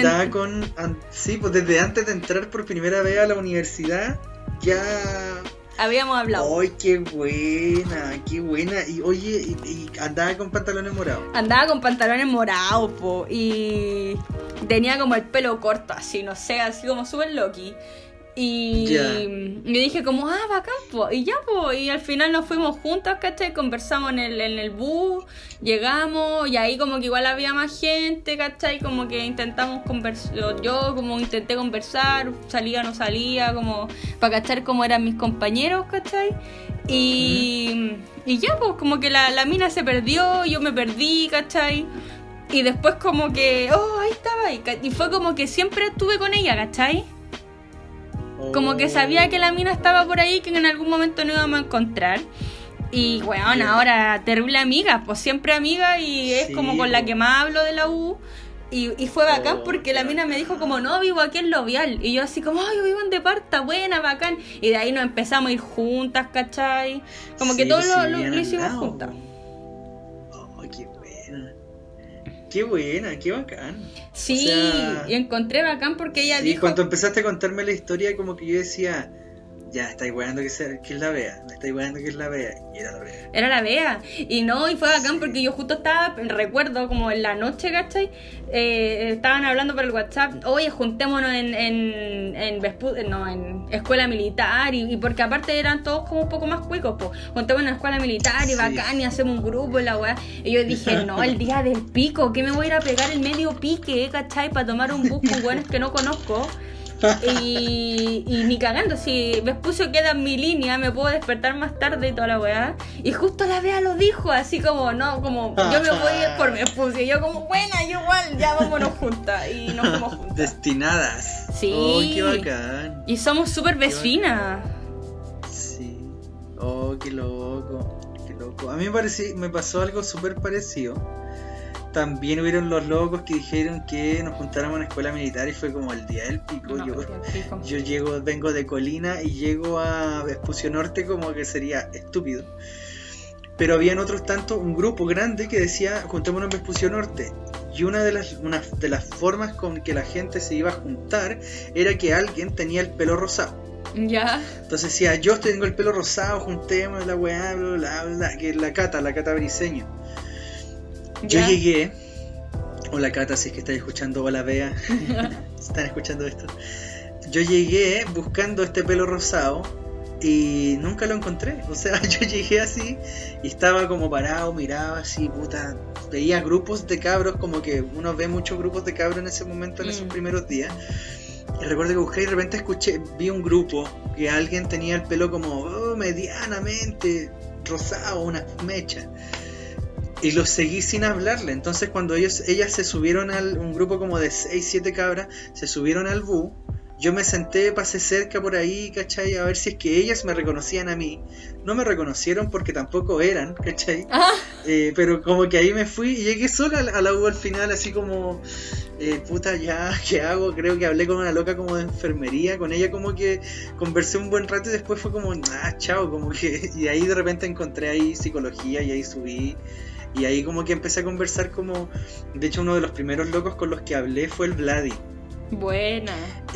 Sí, pues desde antes de entrar por primera vez a la universidad, ya. Habíamos hablado. ¡Ay, qué buena! ¡Qué buena! Y oye, y andaba con pantalones morados. Andaba con pantalones morados, po. Y tenía como el pelo corto, así, no sé, así como súper loqui. Y Ya. me dije como, bacán, po. Y ya, po. Y al final nos fuimos juntas, ¿cachai? Conversamos en el bus, llegamos, y ahí como que igual había más gente, ¿cachai? Como que intentamos conversar, yo como intenté conversar, salía o no salía, como para cachar cómo eran mis compañeros, ¿cachai? Y ya, pues como que la mina se perdió, yo me perdí, ¿cachai? Y después como que, ahí estaba, y fue como que siempre estuve con ella, ¿cachai? Como que sabía que la mina estaba por ahí, que en algún momento no íbamos a encontrar. Y bueno, Bien. ahora terrible amiga, pues siempre amiga y es Sí, como con la que más hablo de la U. Y fue bacán Oh, porque la qué mina me bacán. dijo como, no, vivo aquí en Lovial. Y yo así como, yo vivo en Departa, buena, bacán. Y de ahí nos empezamos a ir juntas, ¿cachai? Como que Sí, todo sí, lo bien hicimos andado. juntas. qué buena. Qué buena, qué bacán. Sí, O sea, y encontré bacán porque ella sí, dijo... cuando empezaste a contarme la historia, como que yo decía, ya, estáis weando que es la Bea, me estáis weando que es la Bea, y era la Bea. Era la Bea. Y no, y fue bacán Sí. porque yo justo estaba, recuerdo como en la noche, ¿cachai? Estaban hablando por el WhatsApp, oye, juntémonos en escuela militar, y porque aparte eran todos como un poco más cuicos, pues. Juntémonos en escuela militar y Sí. bacán, y hacemos un grupo y la weá. Y yo dije, no, el día del pico, que me voy a ir a pegar el medio pique, ¿cachai? Para tomar un bus con weones que no conozco. Y ni cagando, si Vespucio queda en mi línea, me puedo despertar más tarde y toda la weá. Y justo la Bea lo dijo, así como, no, como yo me voy a ir por Vespucio. Y yo como, buena, yo igual, ya vámonos juntas. Y nos fuimos juntas. Destinadas. Sí. Oh, qué bacán. Y somos súper vecinas. Sí. Oh, qué loco. Qué loco. A mí me pasó algo súper parecido. También hubieron los locos que dijeron que nos juntáramos en la escuela militar y fue como el día del pico. No, Yo vengo de Colina y llego a Vespucio Norte como que sería estúpido. Pero habían otros tantos, un grupo grande que decía juntémonos en Vespucio Norte. Y una de las formas con que la gente se iba a juntar era que alguien tenía el pelo rosado. Ya. Entonces decía, yo tengo el pelo rosado, juntémonos la weá, bla, bla, bla, que es la Cata Briseño. Yo Ya. llegué, hola Cata, si es que estáis escuchando, hola Bea, están escuchando esto. Yo llegué buscando este pelo rosado y nunca lo encontré. O sea, yo llegué así y estaba como parado, miraba así, puta, veía grupos de cabros, como que uno ve muchos grupos de cabros en ese momento, en esos primeros días. Y recuerdo que busqué y de repente vi un grupo que alguien tenía el pelo como medianamente rosado, una mecha. Y los seguí sin hablarle. Entonces cuando ellas se subieron un grupo como de 6-7 cabras, se subieron al bus, yo me senté, pasé cerca por ahí, ¿cachai? A ver si es que ellas me reconocían a mí. No me reconocieron porque tampoco eran, ¿cachai? Pero como que ahí me fui y llegué sola a la U al final, así como, puta, ya, ¿qué hago? Creo que hablé con una loca como de enfermería, con ella como que conversé un buen rato y después fue como, chao, como que... Y ahí de repente encontré ahí psicología y ahí subí. Y ahí como que empecé a conversar como... De hecho uno de los primeros locos con los que hablé fue el Vladi. Buena.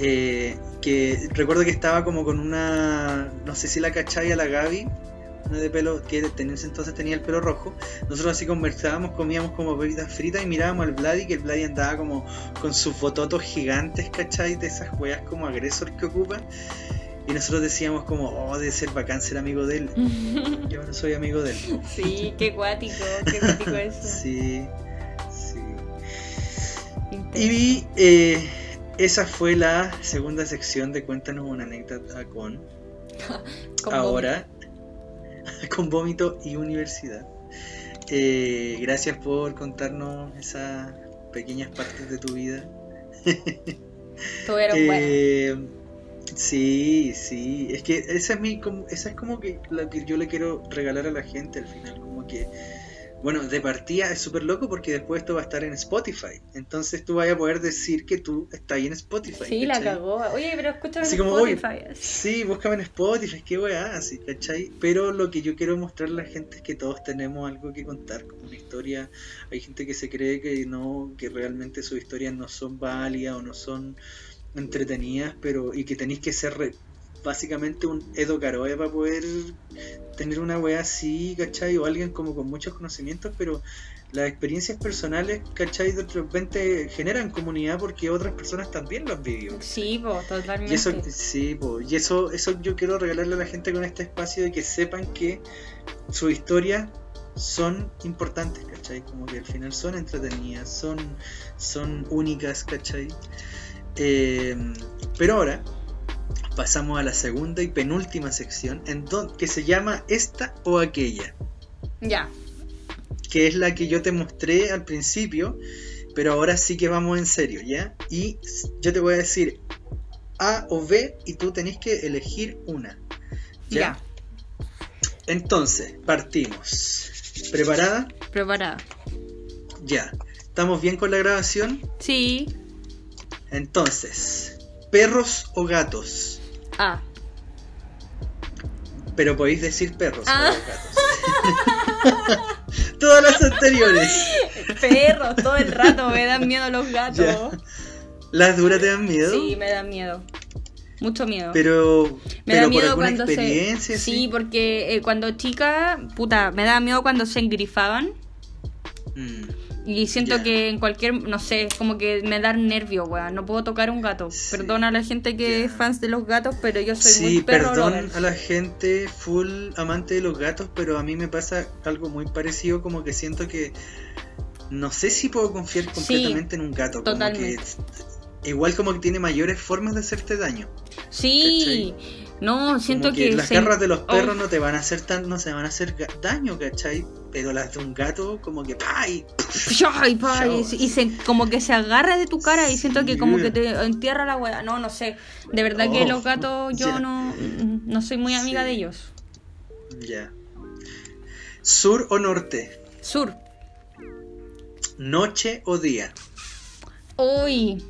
Que recuerdo que estaba como con una... No sé si la cachai a la Gaby, una de pelo, que en ese entonces tenía el pelo rojo. Nosotros así conversábamos, comíamos como bebidas fritas y mirábamos al Vladi, que el Vladi andaba como con sus fototos gigantes, cachai, de esas weas como agresor que ocupa. Y nosotros decíamos como, debe ser bacán ser amigo de él. Yo no soy amigo de él. Sí, qué cuático eso. Sí, sí. Intenso. Y esa fue la segunda sección de Cuéntanos una anécdota con ahora, con vómito y universidad. Gracias por contarnos esas pequeñas partes de tu vida. Estuvieron buenas. Sí, es que esa es como que lo que yo le quiero regalar a la gente al final, como que, bueno, de partida es súper loco porque después esto va a estar en Spotify, entonces tú vas a poder decir que tú estás ahí en Spotify. Sí, ¿cachai? la cagó. Oye, pero escúchame Así en como, Spotify. Sí, búscame en Spotify, qué weá, así, ¿cachai? Pero lo que yo quiero mostrarle a la gente es que todos tenemos algo que contar, como una historia. Hay gente que se cree que no, que realmente sus historias no son válidas o no son entretenidas, pero y que tenéis que ser básicamente un Edo Caroe para poder tener una wea así, ¿cachai? O alguien como con muchos conocimientos, pero las experiencias personales, ¿cachai? De repente generan comunidad porque otras personas también lo han vivido. Sí, po, totalmente. Y eso, sí, po, y eso yo quiero regalarle a la gente con este espacio de que sepan que sus historias son importantes, ¿cachai? Como que al final son entretenidas, son únicas, ¿cachai? Pero ahora pasamos a la segunda y penúltima sección que se llama Esta o Aquella. Ya. Que es la que yo te mostré al principio, pero ahora sí que vamos en serio, ¿ya? Y yo te voy a decir A o B y tú tenés que elegir una. ¿Ya? Entonces, partimos. ¿Preparada? Preparada. Ya. ¿Estamos bien con la grabación? Sí. Entonces, ¿perros o gatos? A. Pero podéis decir perros o gatos. Todas las anteriores. Perros, todo el rato me dan miedo los gatos. Ya. ¿Las duras te dan miedo? Sí, me dan miedo. Mucho miedo. Pero me da por miedo alguna cuando experiencia, Sí, porque cuando chica, puta, me daba miedo cuando se engrifaban. Y siento Ya. que en cualquier, no sé, como que me da nervio, weón. No puedo tocar un gato. Sí, Perdona a la gente que ya. es fans de los gatos, pero yo soy muy Sí, perro perdón lover. a la gente full amante de los gatos, pero a mí me pasa algo muy parecido, como que siento que no sé si puedo confiar completamente en un gato. totalmente. Como que igual como que tiene mayores formas de hacerte daño. Sí, no, siento Como que que las garras de los perros Oh, no te van a hacer no se van a hacer daño, ¿cachai? Pero las de un gato como que ¡pay! ay, pa, y como que se agarra de tu cara y siento que como Sí. que te entierra la weá. No sé. De verdad que Oh, los gatos yo ya. no soy muy amiga Sí. de ellos. Ya. ¿Sur o norte? Sur. ¿Noche o día? Uy.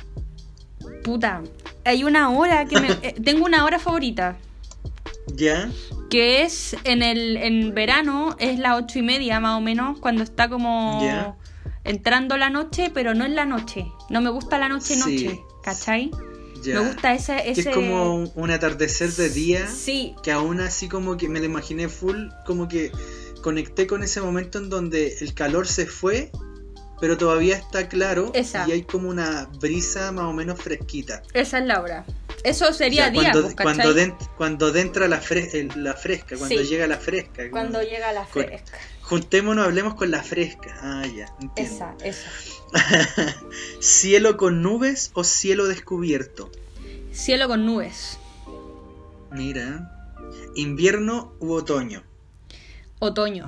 Puta. Hay una hora que tengo una hora favorita. ¿Ya? Que es en verano, es las 8:30 más o menos, cuando está como Ya. entrando la noche, pero no en la noche. No me gusta la noche, Sí. ¿cachai? Ya. Me gusta ese... Que es como un atardecer de día. Sí, Que aún así como que me lo imaginé full, como que conecté con ese momento en donde el calor se fue, pero todavía está claro. Esa. Y hay como una brisa más o menos fresquita. esa es la hora. Eso O sería sea, día, pues, ¿cachai? cuando entra la fresca, cuando Sí. llega la fresca. como- Cuando llega la con- fresca. Juntémonos, hablemos con la fresca. Ah, ya, entiendo. Esa. ¿Cielo con nubes o cielo descubierto? Cielo con nubes. Mira. ¿Invierno u otoño? Otoño.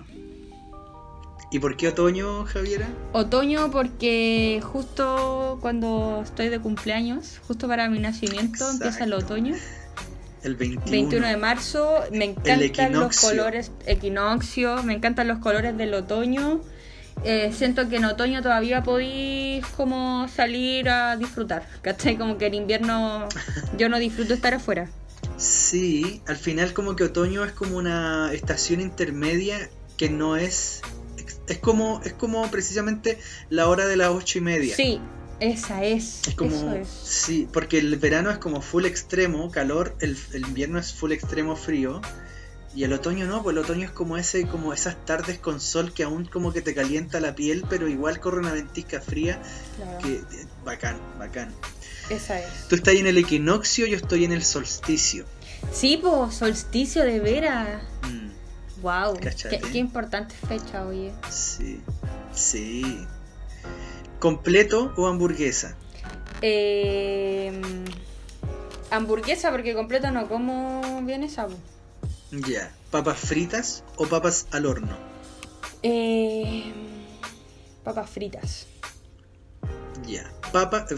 ¿Y por qué otoño, Javiera? Otoño porque justo cuando estoy de cumpleaños, justo para mi nacimiento, Exacto. empieza el otoño. El 21 de marzo, me encantan los equinoccio. colores, equinoccio, me encantan los colores del otoño. Siento que en otoño todavía podéis como salir a disfrutar, ¿cachai? Como que en invierno yo no disfruto estar afuera. Sí, al final como que otoño es como una estación intermedia que no es... Es como precisamente la hora de las 8:30. Sí, esa es. Es como... Eso es. Sí, porque el verano es como full extremo, calor, el invierno es full extremo frío. Y el otoño no, pues el otoño es como esas tardes con sol que aún como que te calienta la piel, pero igual corre una ventisca fría. Claro, Que bacán. esa es. Tú estás en el equinoccio, yo estoy en el solsticio. Sí, pues, solsticio de veras. Mm, Wow, Cáchate. qué importante fecha, oye. sí. ¿Completo o hamburguesa? Hamburguesa, porque completo no como bien esa. Po. Ya. ¿Papas fritas o papas al horno? Papas fritas. Ya. Papas.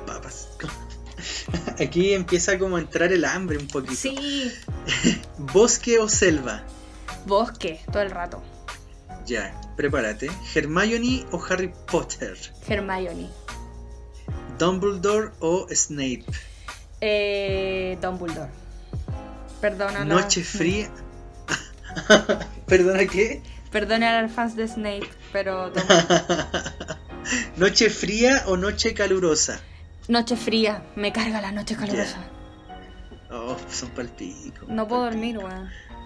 Aquí empieza como a entrar el hambre un poquito. Sí, ¿Bosque o selva? bosque, todo el rato. Ya, prepárate. ¿Hermione o Harry Potter? Hermione. ¿Dumbledore o Snape? Dumbledore. Perdona. ¿Noche fría? ¿Perdona qué? Perdona a los fans de Snape, pero Dumbledore. ¿Noche fría o noche calurosa? Noche fría, me carga la noche calurosa. Oh, son palpicos. No puedo dormir, weón.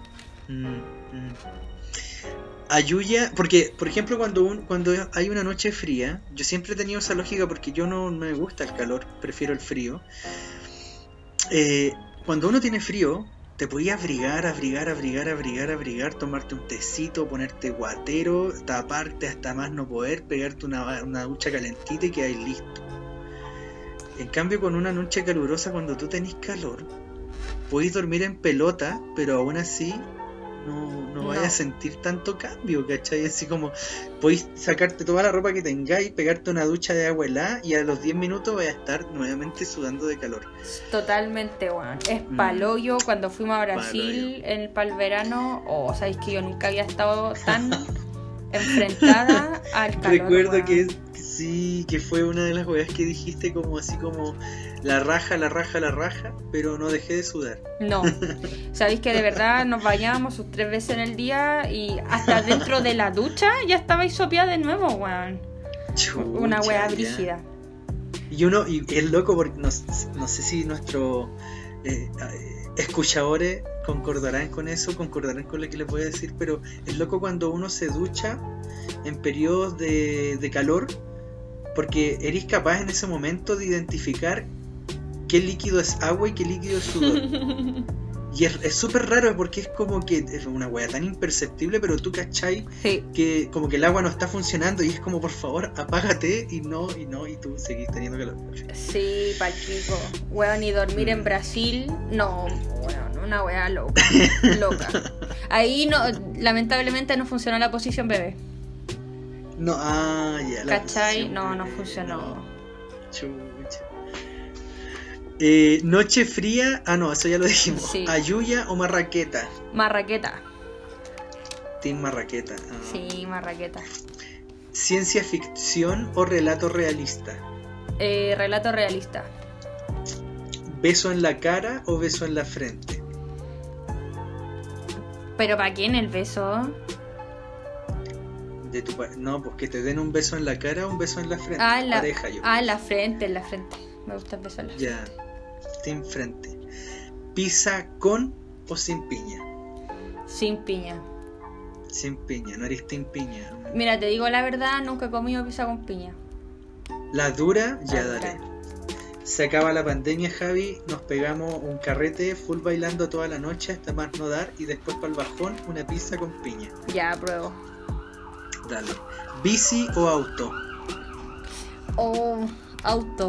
Ayuya, porque por ejemplo cuando hay una noche fría, yo siempre he tenido esa lógica porque yo no me gusta el calor, prefiero el frío. Cuando uno tiene frío, te podías abrigar, tomarte un tecito, ponerte guatero, taparte hasta más no poder, pegarte una ducha calentita y quedar listo. En cambio con una noche calurosa, cuando tú tenés calor, podéis dormir en pelota, pero aún así no vayas a sentir tanto cambio, ¿cachai? Así como podéis sacarte toda la ropa que tengáis, pegarte una ducha de agua helada y a los 10 minutos vais a estar nuevamente sudando de calor. Totalmente, weón. Es paloyo. Cuando fuimos a Brasil para el verano, sabéis que yo nunca había estado tan enfrentada al calor. Recuerdo weón. que sí, que fue una de las weas que dijiste como así como La raja, pero no dejé de sudar. No. Sabéis que de verdad nos bañábamos sus 3 veces en el día y hasta dentro de la ducha ya estabais sopeada de nuevo, weón. Una wea brígida. Y es loco porque no sé si nuestros escuchadores concordarán con eso, concordarán con lo que les voy a decir, pero es loco cuando uno se ducha en periodos de calor, porque eres capaz en ese momento de identificar qué líquido es agua y qué líquido es sudor. Y es súper raro porque es como que es una wea tan imperceptible, pero tú cachai que como que el agua no está funcionando y es como, por favor, apágate y tú seguís teniendo calor. Sí, palpico. Weón, y dormir en Brasil, no, weón, una wea loca. Ahí no, lamentablemente no funcionó la posición bebé. No, ya. ¿Cachai? No funcionó. Chucha. Noche fría, no, eso ya lo dijimos. Sí. ¿Ayuya o Marraqueta? Marraqueta. Team Marraqueta. Sí, Marraqueta. ¿Ciencia ficción o relato realista? Relato realista. ¿Beso en la cara o beso en la frente? ¿Pero para quién el beso? No, pues que te den un beso en la cara o un beso en la frente. Pareja, yo. En la frente. Me gusta el beso en la frente. Ya, team frente. ¿Pizza con o sin piña? Sin piña. Sin piña, no eres team piña. Mira, te digo la verdad, nunca he comido pizza con piña. La dura, ya dale. Se acaba la pandemia, Javi, nos pegamos un carrete full bailando toda la noche hasta más no dar y después para el bajón una pizza con piña. Ya, pruebo. Dale. ¿Bici o auto? Auto.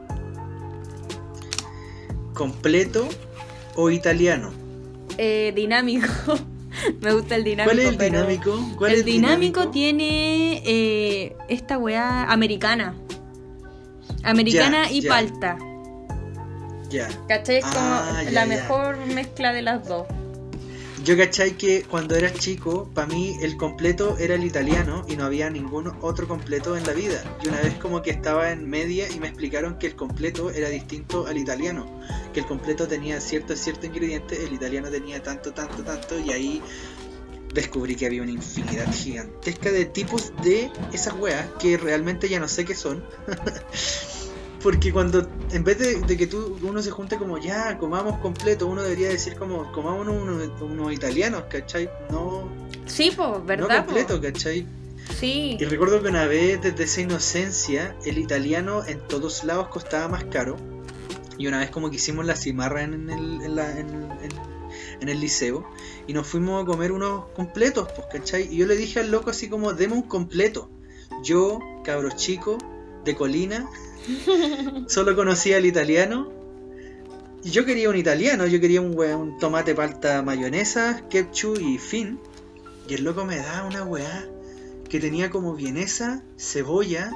¿Completo o italiano? Dinámico. Me gusta el dinámico. ¿Cuál es el dinámico? El dinámico tiene esta weá americana. Y palta. Ya. ¿Cachai? Es como la mejor mezcla de las dos. Yo cachai que cuando era chico, para mí el completo era el italiano y no había ningún otro completo en la vida. Y una vez como que estaba en media y me explicaron que el completo era distinto al italiano. Que el completo tenía cierto ingrediente, el italiano tenía tanto, y ahí descubrí que había una infinidad gigantesca de tipos de esas weas que realmente ya no sé qué son. Porque cuando, en vez de que uno se junte como ya, comamos completo, uno debería decir como comamos unos italianos, ¿cachai? No. Sí, pues, ¿verdad? No completo, ¿cachai? Sí. Y recuerdo que una vez, desde esa inocencia, el italiano en todos lados costaba más caro. Y una vez como que hicimos la cimarra en el liceo y nos fuimos a comer unos completos, pues, ¿cachai? Y yo le dije al loco así como, deme un completo. Yo, cabro chico, de Colina, solo conocía al italiano. Y yo quería un italiano, yo quería un tomate, palta, mayonesa, ketchup y fin. Y el loco me da una weá que tenía como vienesa, cebolla,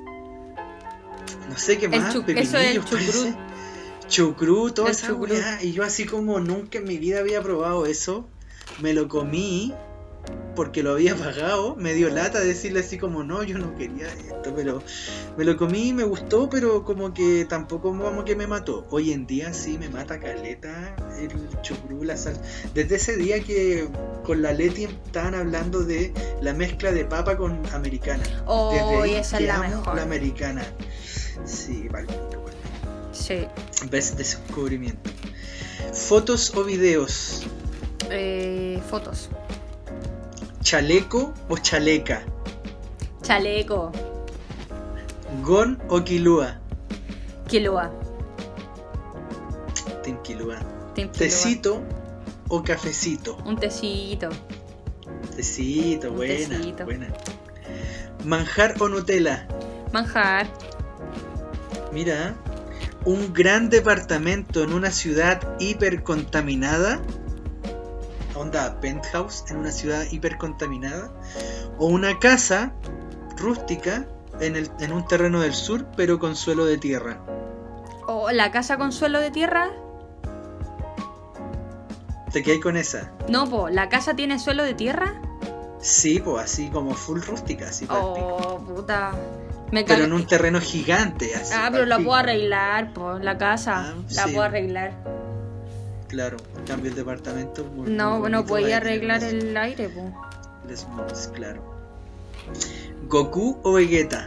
no sé qué más, eso es el chucrut. Chucrut, toda esa weá. Y yo así como nunca en mi vida había probado eso. Me lo comí porque lo había pagado. Me dio lata decirle así como no, yo no quería esto, pero me lo comí y me gustó, pero como que tampoco como que me mató. Hoy en día sí me mata caleta el chucrut, la sal. Desde ese día que con la Leti estaban hablando de la mezcla de papa con americana. Y esa es la mejor. La americana. Sí, vale. Sí. Ves descubrimiento. ¿Fotos o videos? Fotos. ¿Chaleco o chaleca? Chaleco. ¿Gon o quilúa? Quilúa. Team quilúa. ¿Tecito o cafecito? Un tecito. Tecito, buena. ¿Manjar o Nutella? Manjar. Mira, un gran departamento en una ciudad hipercontaminada, onda penthouse en una ciudad hipercontaminada, o una casa rústica en un terreno del sur pero con suelo de tierra. ¿O la casa con suelo de tierra? ¿Te quedas con esa? No, ¿la casa tiene suelo de tierra? Sí, pues así como full rústica, así pa'l pico. Oh, puta. Pero en un terreno gigante, así. Ah, pero pa'l la pico. puedo arreglar, pues, la casa. Ah, La sí. puedo arreglar. Claro, cambio el departamento. Muy No, bonito, no podía vaya a arreglar tener el aire, pues. los mods, claro. ¿Goku o Vegeta?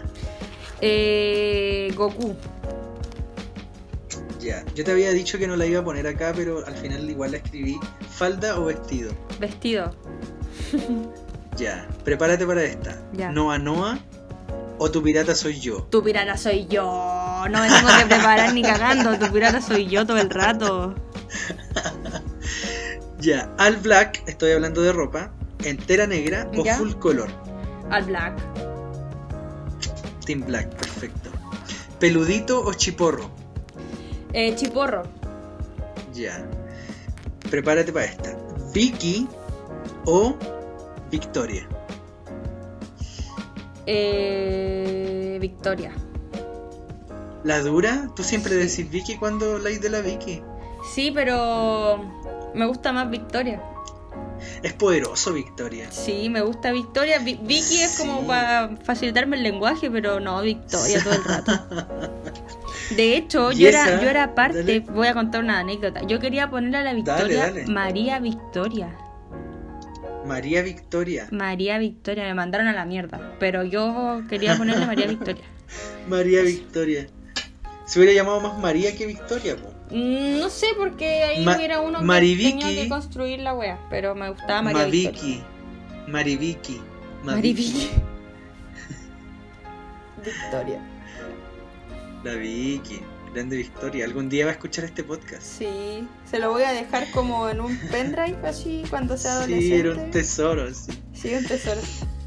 Goku. Ya, yo te había dicho que no la iba a poner acá, pero al final igual la escribí. ¿Falda o vestido? Vestido. Ya, prepárate para esta. Ya. Noa Noa o tu pirata soy yo. Tu pirata soy yo. No me tengo que preparar ni cagando. Tu pirata soy yo todo el rato. Ya, All Black, estoy hablando de ropa, entera negra o Ya. full color. Al black. Team Black, perfecto. ¿Peludito o chiporro? Chiporro. Ya. Prepárate para esta. ¿Vicky o Victoria? Victoria. ¿La dura? Tú siempre Sí. decís Vicky cuando habláis de la Vicky. Sí, pero me gusta más Victoria. Es poderoso Victoria. Sí, me gusta Victoria. Vicky es como Sí. para facilitarme el lenguaje, pero no, Victoria todo el rato. De hecho, ¿Y yo esa? era parte, Dale. voy a contar una anécdota. Yo quería ponerle a la Victoria dale. María Victoria. María Victoria. María Victoria, me mandaron a la mierda. Pero yo quería ponerle María Victoria. María Victoria. Se hubiera llamado más María que Victoria, po. No sé, porque ahí hubiera uno que Mariviki. tenía que construir la wea. Pero me gustaba María Victoria. Mariviki. Mariviki. Victoria. La Vicky. Grande Victoria. Algún día va a escuchar este podcast. Sí, se lo voy a dejar como en un pendrive así cuando sea Sí, adolescente. era un tesoro, sí. Sí, un tesoro.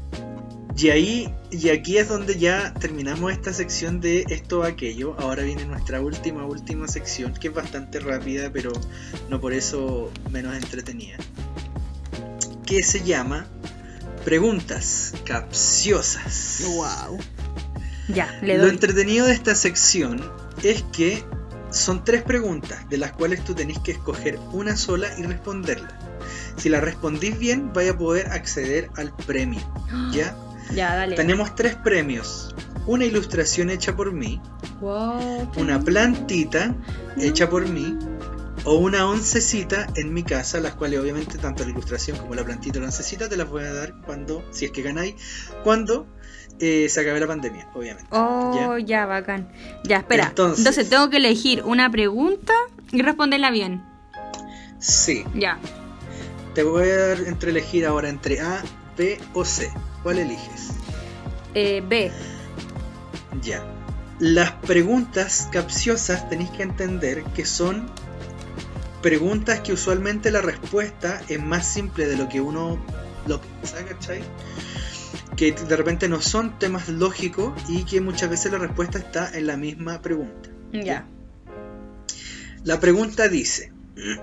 Y aquí es donde ya terminamos esta sección de esto o aquello. Ahora viene nuestra última sección, que es bastante rápida, pero no por eso menos entretenida. Que se llama Preguntas Capciosas. Wow. Ya, le Lo doy. entretenido de esta sección es que son 3 preguntas, de las cuales tú tenés que escoger una sola y responderla. Si la respondís bien, vais a poder acceder al premio. ¿Ya? Ya, dale. Tenemos 3 premios. Una ilustración hecha por mí, Wow, qué una lindo. plantita hecha por mí, o una oncecita en mi casa, las cuales obviamente tanto la ilustración como la plantita y la oncecita te las voy a dar cuando, si es que ganáis, cuando se acabe la pandemia, obviamente. Oh, ya, bacán. Ya, espera. Entonces- Entonces tengo que elegir una pregunta y responderla bien. Sí, Ya. te voy a dar entre elegir ahora entre A, B o C. ¿Cuál eliges? B. Ya. Las preguntas capciosas tenéis que entender que son preguntas que usualmente la respuesta es más simple de lo que uno lo piensa, ¿cachai? Que de repente no son temas lógicos y que muchas veces la respuesta está en la misma pregunta. Ya. La pregunta dice: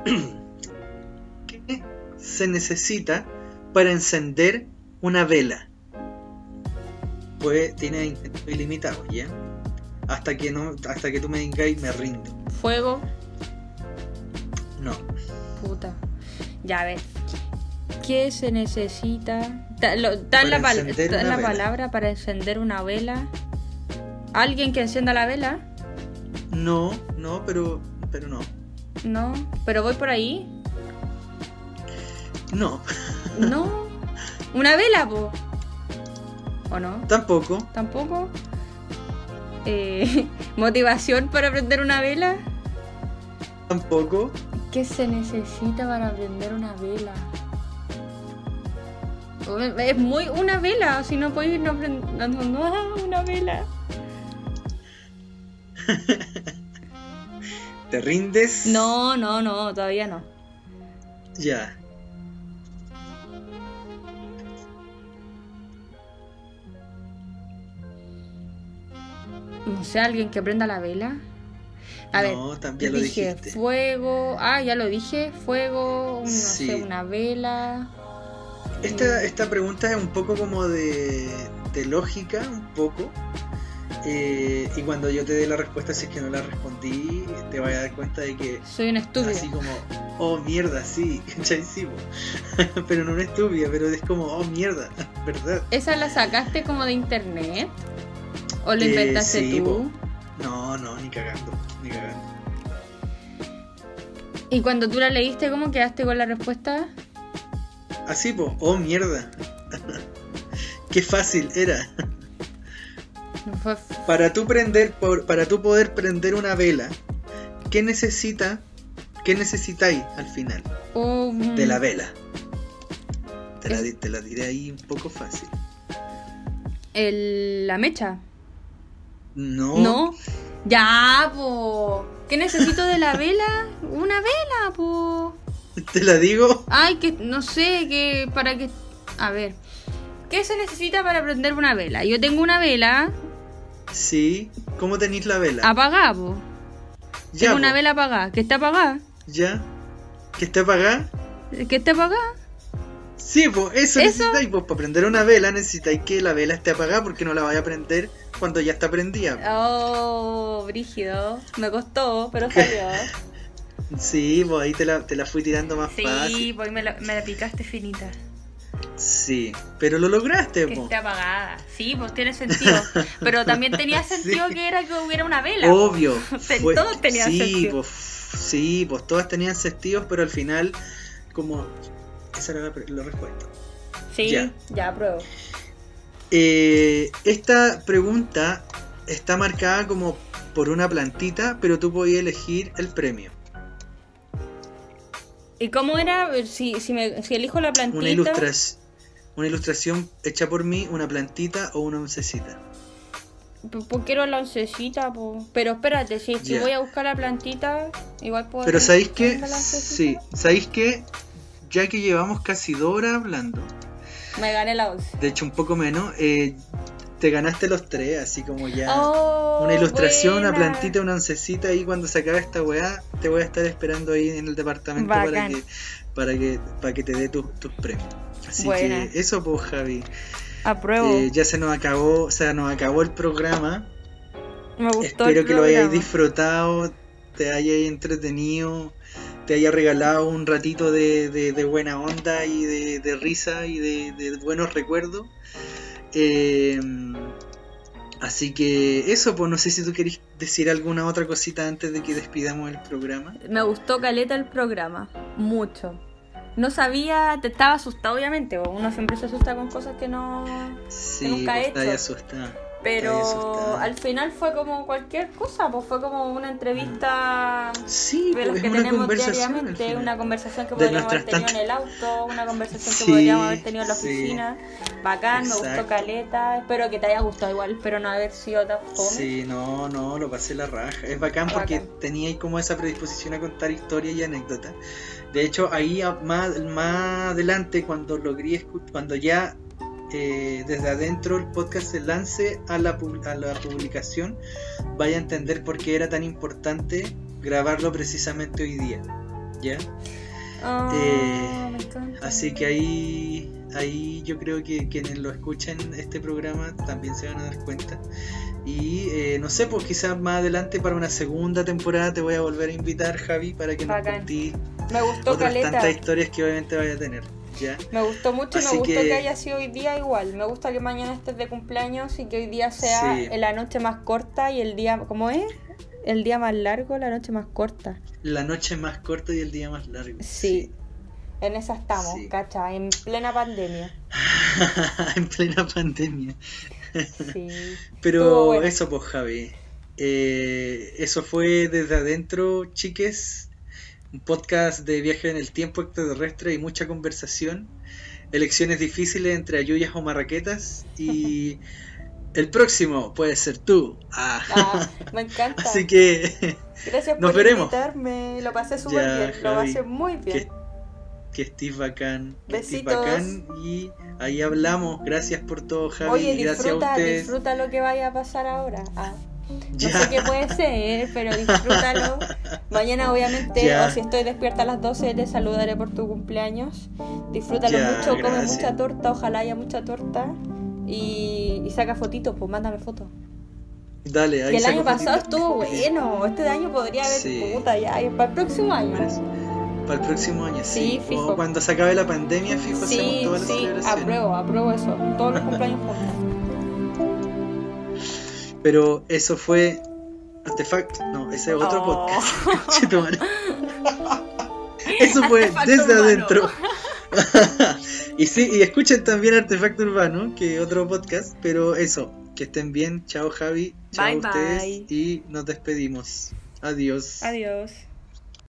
¿qué se necesita para encender una vela? Pues tiene intentos ilimitados, ¿ya? Hasta que tú me digáis me rindo. Fuego. No. Puta. Ya, a ver. ¿Qué se necesita? Está Para la encender una vela. palabra para encender una vela. ¿Alguien que encienda la vela? No, pero no. No. ¿Pero voy por ahí? No, No. ¿Una vela, po? ¿O no? tampoco. ¿Tampoco? ¿Motivación para prender una vela? Tampoco. ¿Qué se necesita para prender una vela? Es muy una vela, si no podéis no prender una vela. ¿Te rindes? No, todavía no. Ya. No sé, alguien que prenda la vela. A ver, No, también lo dije dijiste. fuego. Ah, ya lo dije. Fuego, no Sí. sé, una vela. Esta pregunta es un poco como de lógica, un poco. Y cuando yo te dé la respuesta, si es que no la respondí, te vas a dar cuenta de que Soy un estúpido. así como oh mierda, sí, ¿cachai? Sí, po. Pero no una estúpida, pero es como, oh mierda, ¿verdad? ¿Esa la sacaste como de internet? ¿O lo inventaste sí, tú? po. No, ni cagando. ¿Y cuando tú la leíste, cómo quedaste con la respuesta? Así, po, oh mierda. Qué fácil era. Para tú poder prender una vela, ¿qué necesitáis al final de la vela? Te la diré ahí un poco fácil. La mecha. No. Ya, po. ¿Qué necesito de la vela? Una vela, po. ¿Te la digo? Ay, que no sé, que para que... A ver. ¿Qué se necesita para prender una vela? Yo tengo una vela... Sí. ¿Cómo tenéis la vela? Apagada, po. Ya, Tengo po. una vela apagada. ¿Que está apagada? ¿Ya? ¿Que esté apagada? ¿Que está apagada? Sí, pues eso necesitáis. Pues para prender una vela necesitáis que la vela esté apagada porque no la vaya a prender cuando ya está prendida. Oh, brígido. Me costó, pero salió. Sí, pues ahí te la fui tirando más fácil. Sí, pues me la picaste finita. Sí, pero lo lograste, Que po. esté apagada. Sí, pues tiene sentido. Pero también tenía sentido Sí. que era que hubiera una vela. Obvio. Todos tenían sentido. Pues todas tenían sentidos, pero al final, como... Esa era la respuesta. Sí, ya apruebo. Esta pregunta está marcada como por una plantita, pero tú podías elegir el premio. ¿Y cómo era? Si elijo la plantita... Una ilustración hecha por mí, una plantita o una oncecita. Pues quiero la oncecita, po. Pero espérate, si Ya. voy a buscar la plantita, igual puedo... Pero ¿sabéis qué? ¿Tengo la oncecita? Sí, ¿sabéis qué? Ya que llevamos casi 2 horas hablando, Me gané la 11. de hecho un poco menos, te ganaste los 3, así como ya... Oh, una ilustración, buena. una plantita, una oncecita, y cuando se acabe esta weá, te voy a estar esperando ahí en el departamento Bacán. para que te dé tus premios. Así Buena. que eso pues, Javi. Apruebo. Ya se nos acabó el programa. Me gustó Espero el que lo hayáis programa. disfrutado, te hayáis entretenido, te haya regalado un ratito de buena onda y de risa y de buenos recuerdos. Así que eso, pues no sé si tú querés decir alguna otra cosita antes de que despidamos el programa. Me gustó caleta el programa. Mucho. No sabía, te estaba asustado obviamente. Uno siempre se asusta con cosas que no... Sí, nunca pues, he estás hecho. asustada. Pero al final fue como cualquier cosa, pues fue como una entrevista Sí, de las pues que es una tenemos conversación. al diariamente, final. una conversación que De podríamos haber nuestras tenido en el auto, una conversación que Sí, podríamos haber tenido en la sí. oficina. Bacán, me Exacto. gustó caleta, espero que te haya gustado igual, espero no haber sido tan fome. Sí, no, lo pasé la raja. Es bacán porque Bacán. tenía ahí como esa predisposición a contar historias y anécdotas. De hecho, ahí más adelante, cuando ya desde adentro el podcast se lance a la publicación, vaya a entender por qué era tan importante grabarlo precisamente hoy día. ¿Ya? Me encanta. Así que ahí yo creo que quienes lo escuchen este programa también se van a dar cuenta. Y no sé, pues quizás más adelante para una segunda temporada te voy a volver a invitar, Javi, para que nos Bacán. contés Me gustó otras caleta. tantas historias que obviamente vaya a tener. ¿Ya? Me gustó mucho y me Así gustó que- que haya sido hoy día igual. Me gusta que mañana estés de cumpleaños y que hoy día sea Sí. la noche más corta y el día... ¿Cómo es? El día más largo, la noche más corta. La noche más corta y el día más largo. Sí. En esa estamos, Sí. ¿cacha? En plena pandemia. En plena pandemia. Sí. Pero Estuvo bueno. eso pues, Javi. Eso fue Desde Adentro, chiques. Un podcast de viaje en el tiempo extraterrestre y mucha conversación. Elecciones difíciles entre ayuyas o marraquetas. Y el próximo puede ser tú. Ah, me encanta. Así que Gracias nos por veremos. invitarme. Lo pasé súper Ya, bien. Lo Javi, pasé muy bien. que estés bacán. Que estés Besitos. bacán. Y ahí hablamos. Gracias por todo, Javi. Oye, y gracias a ustedes. disfruta lo que vaya a pasar ahora. No Ya. sé qué puede ser, pero disfrútalo. Mañana obviamente, Ya. o si estoy despierta a las 12, te saludaré por tu cumpleaños. Disfrútalo Ya, mucho, come gracias. mucha torta, ojalá haya mucha torta. Y saca fotitos, pues mándame fotos. Dale, ahí Que el saco año pasado fotitos. estuvo bueno, este año podría haber Sí. puta ya, y para el próximo año. Parece. Para el próximo año, Sí, sí. fijo. O cuando se acabe la pandemia, fijo, hacemos Sí, todas las sí, celebraciones. apruebo eso. Todos los cumpleaños juntos. Pero eso fue Artefacto. No, ese es otro Oh. podcast. Conchetumare. Eso fue Artefacto Desde Urbano. Adentro. Y sí, y escuchen también Artefacto Urbano, que es otro podcast. Pero eso, que estén bien. Chao Javi, chao Bye, ustedes. bye. Y nos despedimos. Adiós. Adiós.